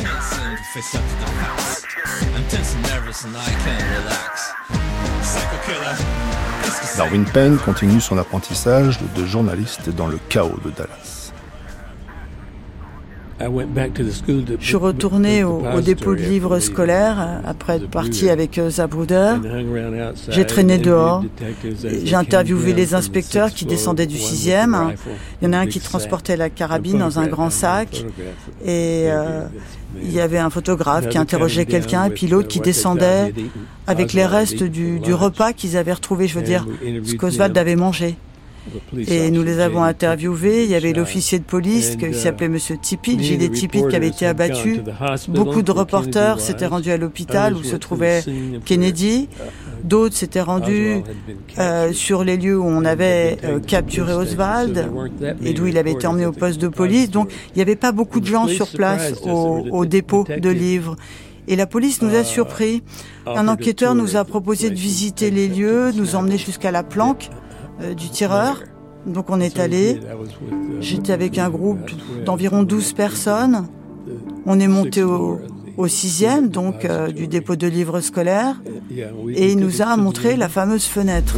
Darwin Penn continue son apprentissage de journaliste dans le chaos de Dallas. Je suis retourné au dépôt de livres scolaires après être parti avec Zapruder. J'ai traîné dehors. J'ai interviewé les inspecteurs qui descendaient du 6e. Il y en a un qui transportait la carabine dans un grand sac. Et il y avait un photographe qui interrogeait quelqu'un, et puis l'autre qui descendait avec les restes du repas qu'ils avaient retrouvé, je veux dire, ce qu'Oswald avait mangé. Et nous les avons interviewés. Il y avait l'officier de police qui s'appelait Monsieur Tippit, Gilet Tippit, qui avait été abattu. Beaucoup de reporters s'étaient rendus à l'hôpital où se trouvait Kennedy. D'autres s'étaient rendus sur les lieux où on avait capturé Oswald et d'où il avait été emmené au poste de police. Donc il n'y avait pas beaucoup de gens sur place au dépôt de livres. Et la police nous a surpris. Un enquêteur nous a proposé de visiter les lieux, nous emmener jusqu'à la planque du tireur. Donc on est allé. J'étais avec un groupe d'environ 12 personnes. On est monté au 6e, donc du dépôt de livres scolaires, et il nous a montré la fameuse fenêtre.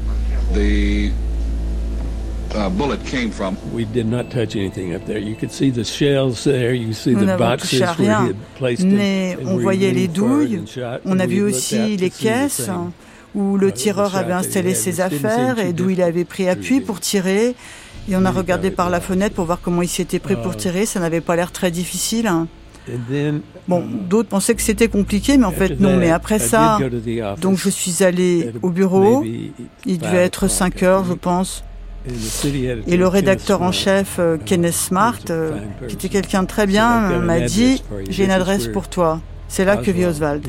Nous n'avons touché à rien, mais on voyait les douilles, on a vu aussi les caisses où le tireur avait installé ses affaires et d'où il avait pris appui pour tirer. Et on a regardé par la fenêtre pour voir comment il s'était pris pour tirer. Ça n'avait pas l'air très difficile. Bon, d'autres pensaient que c'était compliqué, mais en fait non. Mais après ça, donc je suis allé au bureau. Il devait être 5 heures, je pense. Et le rédacteur en chef, Kenneth Smart, qui était quelqu'un de très bien, m'a dit « J'ai une adresse pour toi. » C'est là que vit Oswald.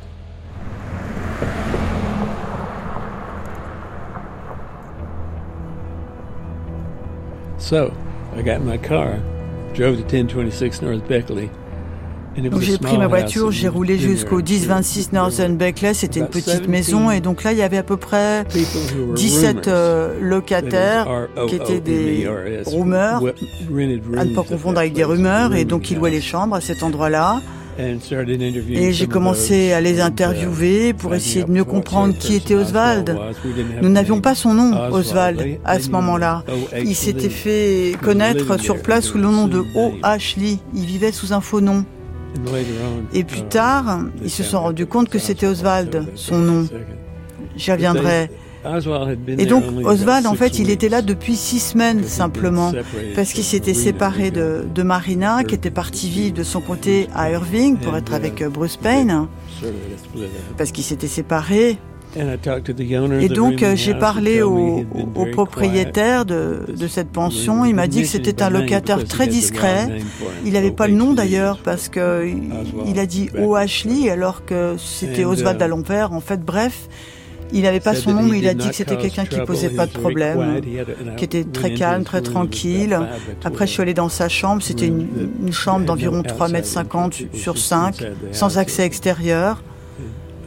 Donc j'ai pris ma voiture, j'ai roulé jusqu'au 1026 Northern Beckley, c'était une petite maison, et donc là il y avait à peu près 17 locataires qui étaient des roomers, à ne pas confondre avec des rumeurs, et donc ils louaient les chambres à cet endroit-là. Et j'ai commencé à les interviewer pour essayer de mieux comprendre qui était Oswald. Nous n'avions pas son nom, Oswald, à ce moment-là. Il s'était fait connaître sur place sous le nom de O.H. Lee. Il vivait sous un faux nom. Et plus tard, ils se sont rendus compte que c'était Oswald, son nom. J'y reviendrai. Et donc Oswald, en fait, il était là depuis 6 semaines simplement, parce qu'il s'était séparé de Marina, qui était partie vivre de son côté à Irving pour être avec Bruce Payne, parce qu'ils s'étaient séparés. Et donc j'ai parlé au propriétaire de cette pension. Il m'a dit que c'était un locataire très discret. Il n'avait pas le nom d'ailleurs, parce que il a dit O.H. Lee alors que c'était Oswald d'Alembert. En fait, bref. Il n'avait pas son nom, mais il a dit que c'était quelqu'un qui posait pas de problème, qui était très calme, très tranquille. Après, je suis allée dans sa chambre. C'était une chambre d'environ 3,50 m sur 5, sans accès extérieur.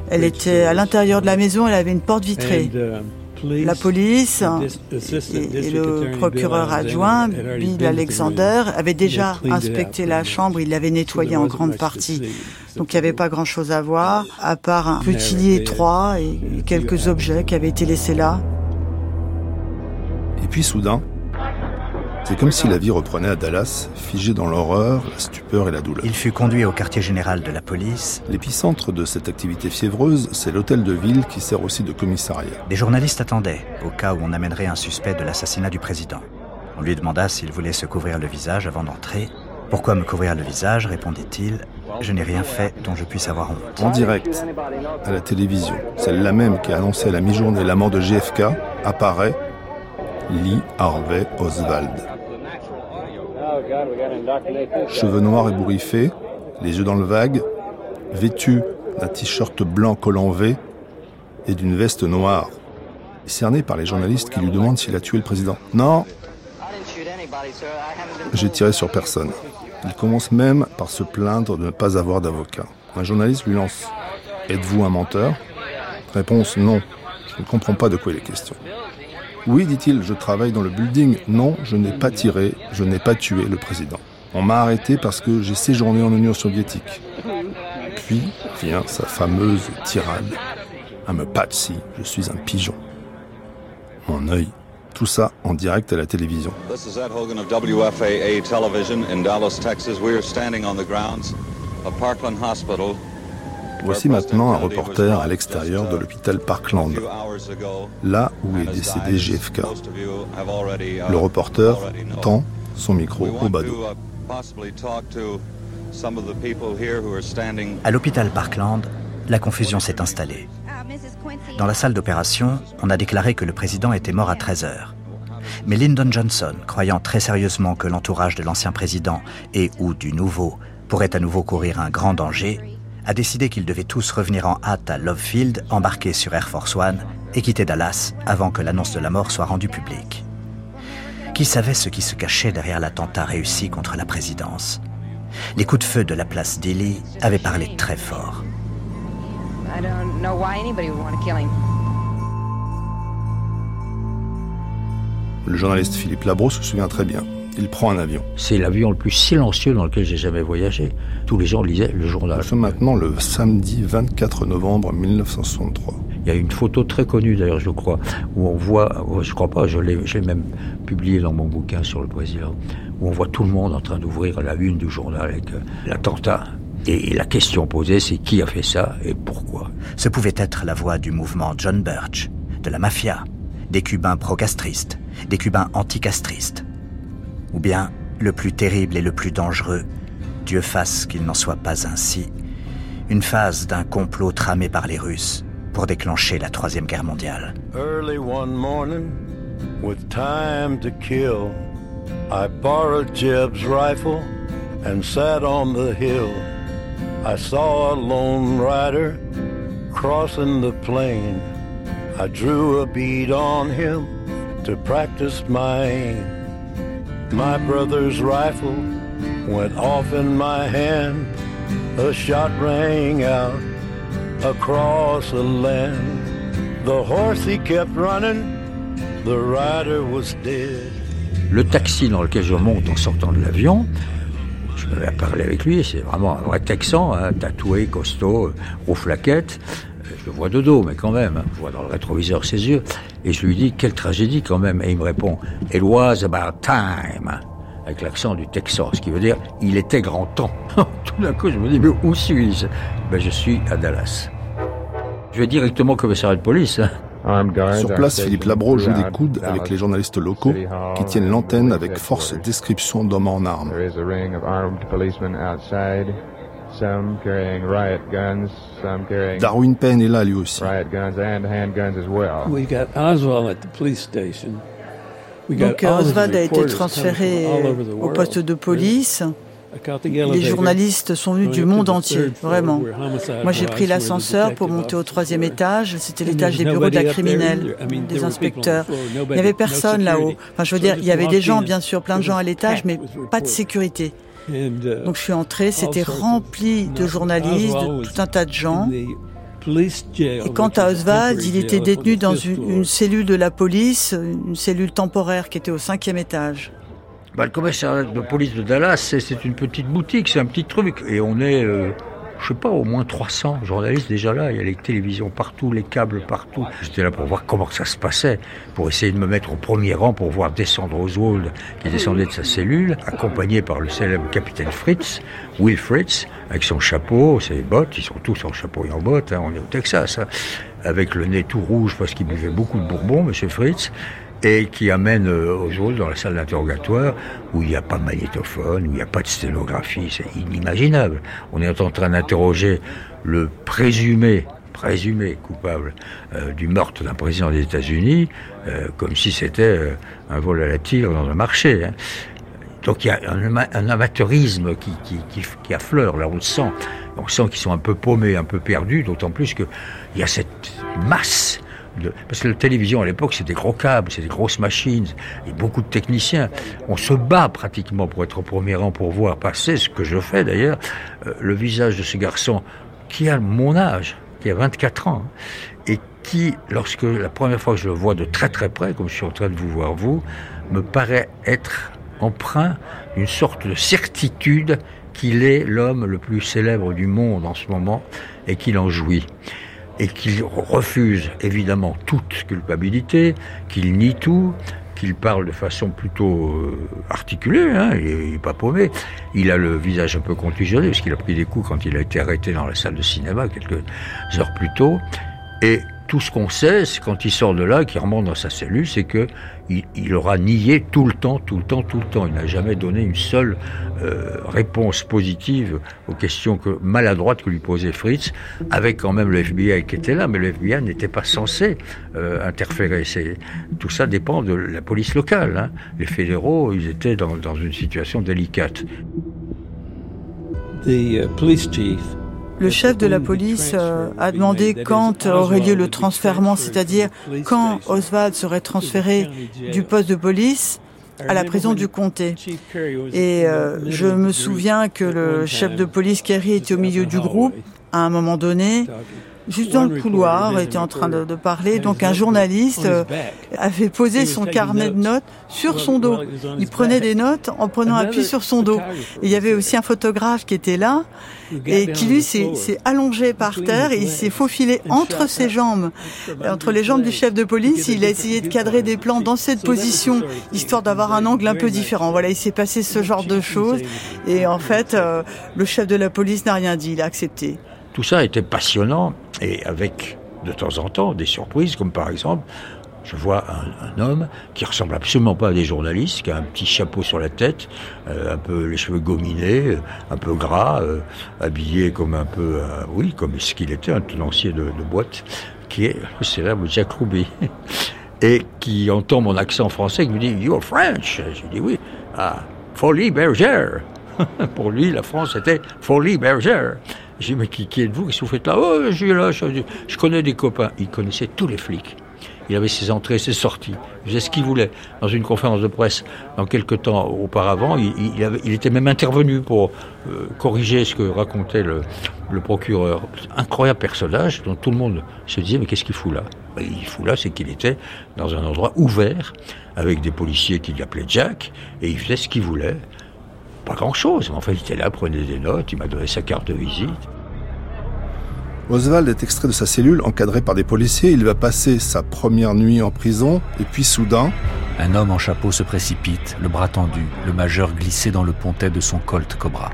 Elle était à l'intérieur de la maison, elle avait une porte vitrée. La police et le procureur adjoint, Bill Alexander, avaient déjà inspecté la chambre, ils l'avaient nettoyée en grande partie. Donc il n'y avait pas grand-chose à voir, à part un petit lit étroit et quelques objets qui avaient été laissés là. Et puis soudain, c'est comme si la vie reprenait à Dallas, figée dans l'horreur, la stupeur et la douleur. Il fut conduit au quartier général de la police. L'épicentre de cette activité fiévreuse, c'est l'hôtel de ville qui sert aussi de commissariat. Des journalistes attendaient, au cas où on amènerait un suspect de l'assassinat du président. On lui demanda s'il voulait se couvrir le visage avant d'entrer. « Pourquoi me couvrir le visage ?» répondit-il. « Je n'ai rien fait dont je puisse avoir honte. » En direct, à la télévision, celle-là même qui a annoncé à la mi-journée la mort de JFK, apparaît Lee Harvey Oswald. Cheveux noirs ébouriffés, les yeux dans le vague, vêtu d'un t-shirt blanc collant V et d'une veste noire. Cerné par les journalistes qui lui demandent s'il a tué le président. Non, j'ai tiré sur personne. Il commence même par se plaindre de ne pas avoir d'avocat. Un journaliste lui lance « Êtes-vous un menteur ?» Réponse « Non, je ne comprends pas de quoi il est question. » Oui, dit-il, je travaille dans le building. Non, je n'ai pas tiré, je n'ai pas tué le président. On m'a arrêté parce que j'ai séjourné en Union soviétique. Puis vient sa fameuse tirade. I'm a patsy, je suis un pigeon. Mon œil. Tout ça en direct à la télévision. This is Ed Hogan of WFAA Television in Dallas, Texas. We are standing on the grounds of Parkland Hospital. Voici maintenant un reporter à l'extérieur de l'hôpital Parkland, là où est décédé JFK. Le reporter tend son micro au badaud. À l'hôpital Parkland, la confusion s'est installée. Dans la salle d'opération, on a déclaré que le président était mort à 13h. Mais Lyndon Johnson, croyant très sérieusement que l'entourage de l'ancien président et ou du nouveau pourrait à nouveau courir un grand danger, a décidé qu'ils devaient tous revenir en hâte à Love Field, embarquer sur Air Force One et quitter Dallas avant que l'annonce de la mort soit rendue publique. Qui savait ce qui se cachait derrière l'attentat réussi contre la présidence? Les coups de feu de la place Dilley avaient parlé très fort. Le journaliste Philippe Labro se souvient très bien. Il prend un avion. C'est l'avion le plus silencieux dans lequel j'ai jamais voyagé. Tous les gens lisaient le journal. Nous sommes maintenant le samedi 24 novembre 1963. Il y a une photo très connue d'ailleurs, je crois, où on voit, je crois pas, je l'ai même publié dans mon bouquin sur le président, où on voit tout le monde en train d'ouvrir la une du journal avec l'attentat. Et la question posée, c'est qui a fait ça et pourquoi? Ce pouvait être la voix du mouvement John Birch, de la mafia, des Cubains pro-castristes, des Cubains anti-castristes. Ou bien, le plus terrible et le plus dangereux, Dieu fasse qu'il n'en soit pas ainsi, une phase d'un complot tramé par les Russes pour déclencher la Troisième Guerre mondiale. Early one morning, with time to kill, I borrowed Jeb's rifle and sat on the hill. I saw a lone rider crossing the plain. I drew a bead on him to practice my aim. My brother's rifle went off in my hand. A shot rang out across the land. The horse he kept running, the rider was dead. Le taxi dans lequel je monte en sortant de l'avion, je me vais parler avec lui, c'est vraiment un vrai Texan, hein, tatoué, costaud, rouflaquette. Je le vois de dos, mais quand même, je vois dans le rétroviseur ses yeux. Et je lui dis, quelle tragédie quand même. Et il me répond, it was about time, avec l'accent du Texas, ce qui veut dire, il était grand temps. Tout d'un coup, je me dis, mais où suis-je? Ben, je suis à Dallas. Je vais directement au commissariat de police. Sur place, Philippe Labro joue des coudes avec les journalistes locaux qui tiennent l'antenne avec force description d'hommes en armes. Darwin Penn est là lui aussi. Donc Oswald a été transféré au poste de police. Les journalistes sont venus du monde entier, vraiment. Moi, j'ai pris l'ascenseur pour monter au 3e étage. C'était l'étage des bureaux de la criminelle, des inspecteurs. Il n'y avait personne là-haut. Enfin, je veux dire, il y avait des gens, bien sûr, plein de gens à l'étage, mais pas de sécurité. Donc, je suis entré, c'était rempli de journalistes, de tout un tas de gens. Et quant à Oswald, il était détenu dans une cellule de la police, une cellule temporaire qui était au 5e étage. Le commissariat de police de Dallas, c'est une petite boutique, c'est un petit truc. Et on est, je sais pas, au moins 300 journalistes déjà là. Il y a les télévisions partout, les câbles partout. J'étais là pour voir comment ça se passait, pour essayer de me mettre au premier rang, pour voir descendre Oswald, qui descendait de sa cellule, accompagné par le célèbre capitaine Fritz, Will Fritz, avec son chapeau, ses bottes. Ils sont tous en chapeau et en bottes, on est au Texas, avec le nez tout rouge parce qu'il buvait beaucoup de bourbon, monsieur Fritz. Et qui amène Oswald dans la salle d'interrogatoire où il n'y a pas de magnétophone, où il n'y a pas de sténographie, c'est inimaginable. On est en train d'interroger le présumé coupable du meurtre d'un président des États-Unis, comme si c'était un vol à la tire dans un marché. Donc il y a un amateurisme qui affleure, là on le sent. On sent qu'ils sont un peu paumés, un peu perdus, d'autant plus qu'il y a cette masse. Parce que la télévision à l'époque, c'est des gros câbles, c'est des grosses machines, et beaucoup de techniciens. On se bat pratiquement pour être au premier rang, pour voir passer, ce que je fais d'ailleurs, le visage de ce garçon qui a mon âge, qui a 24 ans, et qui, lorsque la première fois que je le vois de très très près, comme je suis en train de vous voir vous, me paraît être empreint d'une sorte de certitude qu'il est l'homme le plus célèbre du monde en ce moment, et qu'il en jouit. Et qu'il refuse évidemment toute culpabilité, qu'il nie tout, qu'il parle de façon plutôt articulée, il n'est pas paumé. Il a le visage un peu contusionné, parce qu'il a pris des coups quand il a été arrêté dans la salle de cinéma quelques heures plus tôt. Et tout ce qu'on sait, c'est quand il sort de là, qu'il remonte dans sa cellule, c'est que il aura nié tout le temps. Il n'a jamais donné une seule réponse positive aux questions maladroites que lui posait Fritz, avec quand même le FBI qui était là, mais le FBI n'était pas censé interférer. Tout ça dépend de la police locale. Les fédéraux, ils étaient dans une situation délicate. Le chef de la police a demandé quand aurait lieu le transfèrement, c'est-à-dire quand Oswald serait transféré du poste de police à la prison du comté. Et je me souviens que le chef de police, Kerry, était au milieu du groupe à un moment donné, juste dans le couloir, était en train de parler. Donc un journaliste avait posé son carnet de notes sur son dos. Il prenait des notes en prenant appui sur son dos. Et il y avait aussi un photographe qui était là et qui lui s'est allongé par terre et il s'est faufilé entre ses jambes, entre les jambes du chef de police. Il a essayé de cadrer des plans dans cette position, histoire d'avoir un angle un peu différent. Voilà, il s'est passé ce genre de choses. Et en fait, le chef de la police n'a rien dit, il a accepté. Tout ça était passionnant et avec de temps en temps des surprises, comme par exemple, je vois un homme qui ressemble absolument pas à des journalistes, qui a un petit chapeau sur la tête, un peu les cheveux gominés, un peu gras, habillé comme un peu, comme ce qu'il était, un tenancier de boîte, qui est le célèbre Jack Ruby, et qui entend mon accent français, qui me dit « You're French ?» J'ai dit « Oui, Folies Bergère !» Pour lui, la France, c'était Folies Bergère. J'ai dit, mais qui êtes-vous? Qu'est-ce que vous faites là? Oh, je suis là, je connais des copains. Il connaissait tous les flics. Il avait ses entrées, ses sorties. Il faisait ce qu'il voulait. Dans une conférence de presse, dans quelques temps auparavant, il était même intervenu pour corriger ce que racontait le procureur. Incroyable personnage dont tout le monde se disait, mais qu'est-ce qu'il fout là? Il fout là, c'est qu'il était dans un endroit ouvert, avec des policiers qui l'appelaient Jack, et il faisait ce qu'il voulait. Pas grand-chose, mais en fait, il était là, prenait des notes, il m'a donné sa carte de visite. Oswald est extrait de sa cellule, encadré par des policiers. Il va passer sa première nuit en prison, et puis soudain... Un homme en chapeau se précipite, le bras tendu, le majeur glissé dans le pontet de son Colt Cobra.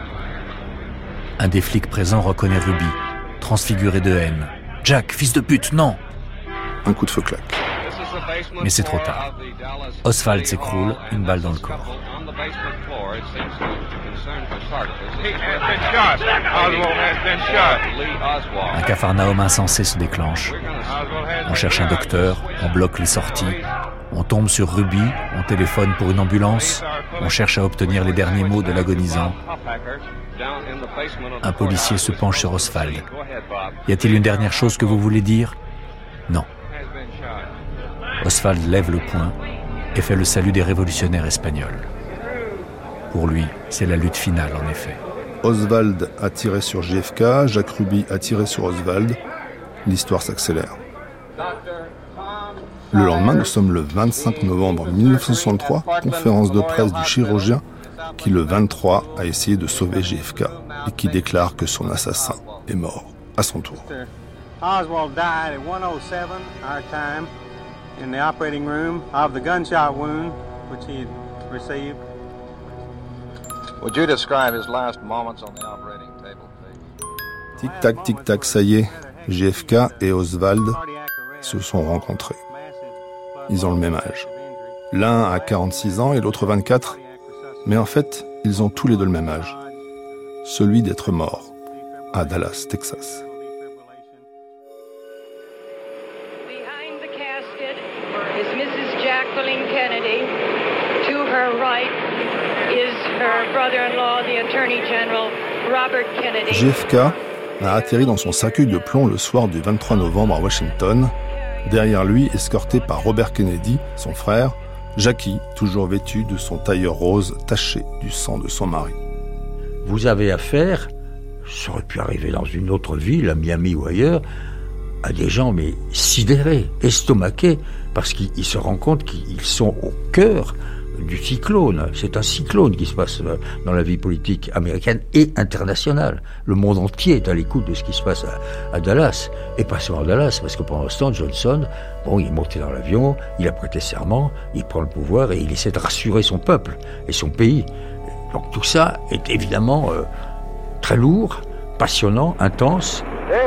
Un des flics présents reconnaît Ruby, transfiguré de haine. « Jack, fils de pute, non !» Un coup de feu claque. Mais c'est trop tard. Oswald s'écroule, une balle dans le corps. Un capharnaüm insensé se déclenche. On cherche un docteur, on bloque les sorties, on tombe sur Ruby, on téléphone pour une ambulance, on cherche à obtenir les derniers mots de l'agonisant. Un policier se penche sur Oswald. Y a-t-il une dernière chose que vous voulez dire? Non. Oswald lève le poing et fait le salut des révolutionnaires espagnols. Pour lui, c'est la lutte finale, en effet. Oswald a tiré sur JFK, Jack Ruby a tiré sur Oswald. l'histoire s'accélère. Le lendemain, nous sommes le 25 novembre 1963, conférence de presse du chirurgien qui, le 23, a essayé de sauver JFK et qui déclare que son assassin est mort à son tour. Oswald died at 1:07 our time in the operating room of the gunshot wound which he had received. Would you describe his last moments on the operating table, please? Tic-tac, tic-tac, ça y est, JFK et Oswald se sont rencontrés. Ils ont le même âge. L'un a 46 ans et l'autre 24, mais en fait, ils ont tous les deux le même âge. Celui d'être mort, à Dallas, Texas. Behind the casket is Mrs. Jacqueline Kennedy. To her right is her brother-in-law, the Attorney General, Robert Kennedy. JFK a atterri dans son cercueil de plomb le soir du 23 novembre à Washington. Derrière lui, escorté par Robert Kennedy, son frère, Jackie, toujours vêtu de son tailleur rose taché du sang de son mari. Vous avez affaire, ça aurait pu arriver dans une autre ville, à Miami ou ailleurs, à des gens mais sidérés, estomaqués, parce qu'ils se rendent compte qu'ils sont au cœur du cyclone. C'est un cyclone qui se passe dans la vie politique américaine et internationale. Le monde entier est à l'écoute de ce qui se passe à Dallas. Et pas seulement à Dallas, parce que pendant ce temps, Johnson, il est monté dans l'avion, il a prêté serment, il prend le pouvoir et il essaie de rassurer son peuple et son pays. Donc tout ça est évidemment très lourd, passionnant, intense.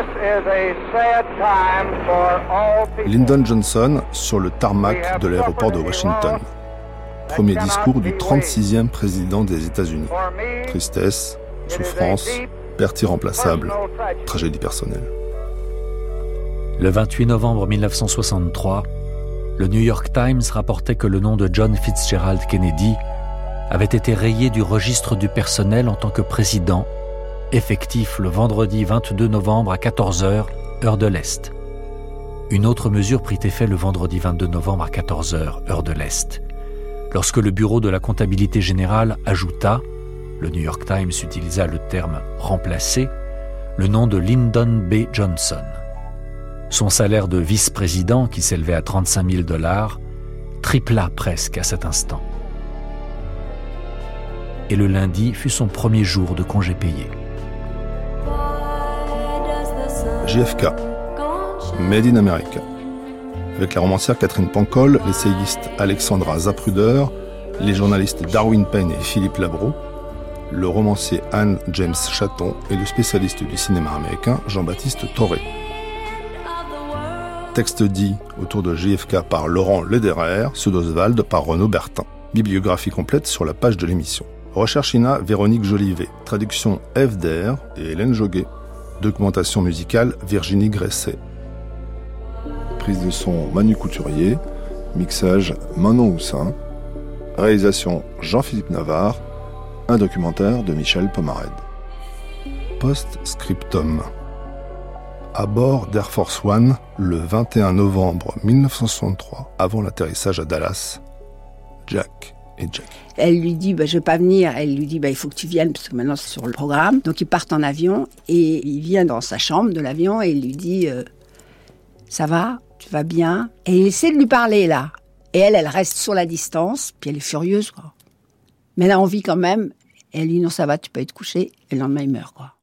Lyndon Johnson sur le tarmac de l'aéroport de Washington. Premier discours du 36e président des États-Unis. Tristesse, souffrance, perte irremplaçable, tragédie personnelle. Le 28 novembre 1963, le New York Times rapportait que le nom de John Fitzgerald Kennedy avait été rayé du registre du personnel en tant que président, effectif le vendredi 22 novembre à 14h, heure de l'Est. Une autre mesure prit effet le vendredi 22 novembre à 14h, heure de l'Est. Lorsque le bureau de la comptabilité générale ajouta, le New York Times utilisa le terme « remplacer », le nom de Lyndon B. Johnson. Son salaire de vice-président, qui s'élevait à $35 000, tripla presque à cet instant. Et le lundi fut son premier jour de congé payé. JFK, Made in America. Avec la romancière Catherine Pancol, l'essayiste Alexandra Zapruder, les journalistes Darwin Payne et Philippe Labro, le romancier Anne James Chatton et le spécialiste du cinéma américain Jean-Baptiste Toré. Texte dit autour de JFK par Laurent Lederer, ceux d'Oswald par Renaud Bertin. Bibliographie complète sur la page de l'émission. Recherche INA Véronique Jolivet. Traduction FDR et Hélène Joguet. Documentation musicale Virginie Gresset. Prise de son Manu Couturier. Mixage Manon Houssin. Réalisation Jean-Philippe Navarre. Un documentaire de Michel Pomarède. Post-scriptum. À bord d'Air Force One, le 21 novembre 1963, avant l'atterrissage à Dallas, Jack et Jackie. Elle lui dit, je ne vais pas venir. Elle lui dit, il faut que tu viennes, parce que maintenant c'est sur le programme. Donc ils partent en avion, et il vient dans sa chambre de l'avion, et il lui dit, ça va, tu vas bien. Et il essaie de lui parler, là. Et elle reste sur la distance, puis elle est furieuse, quoi. Mais elle a envie quand même. Et elle lui dit, non, ça va, tu peux être couché. Et le lendemain, il meurt, quoi.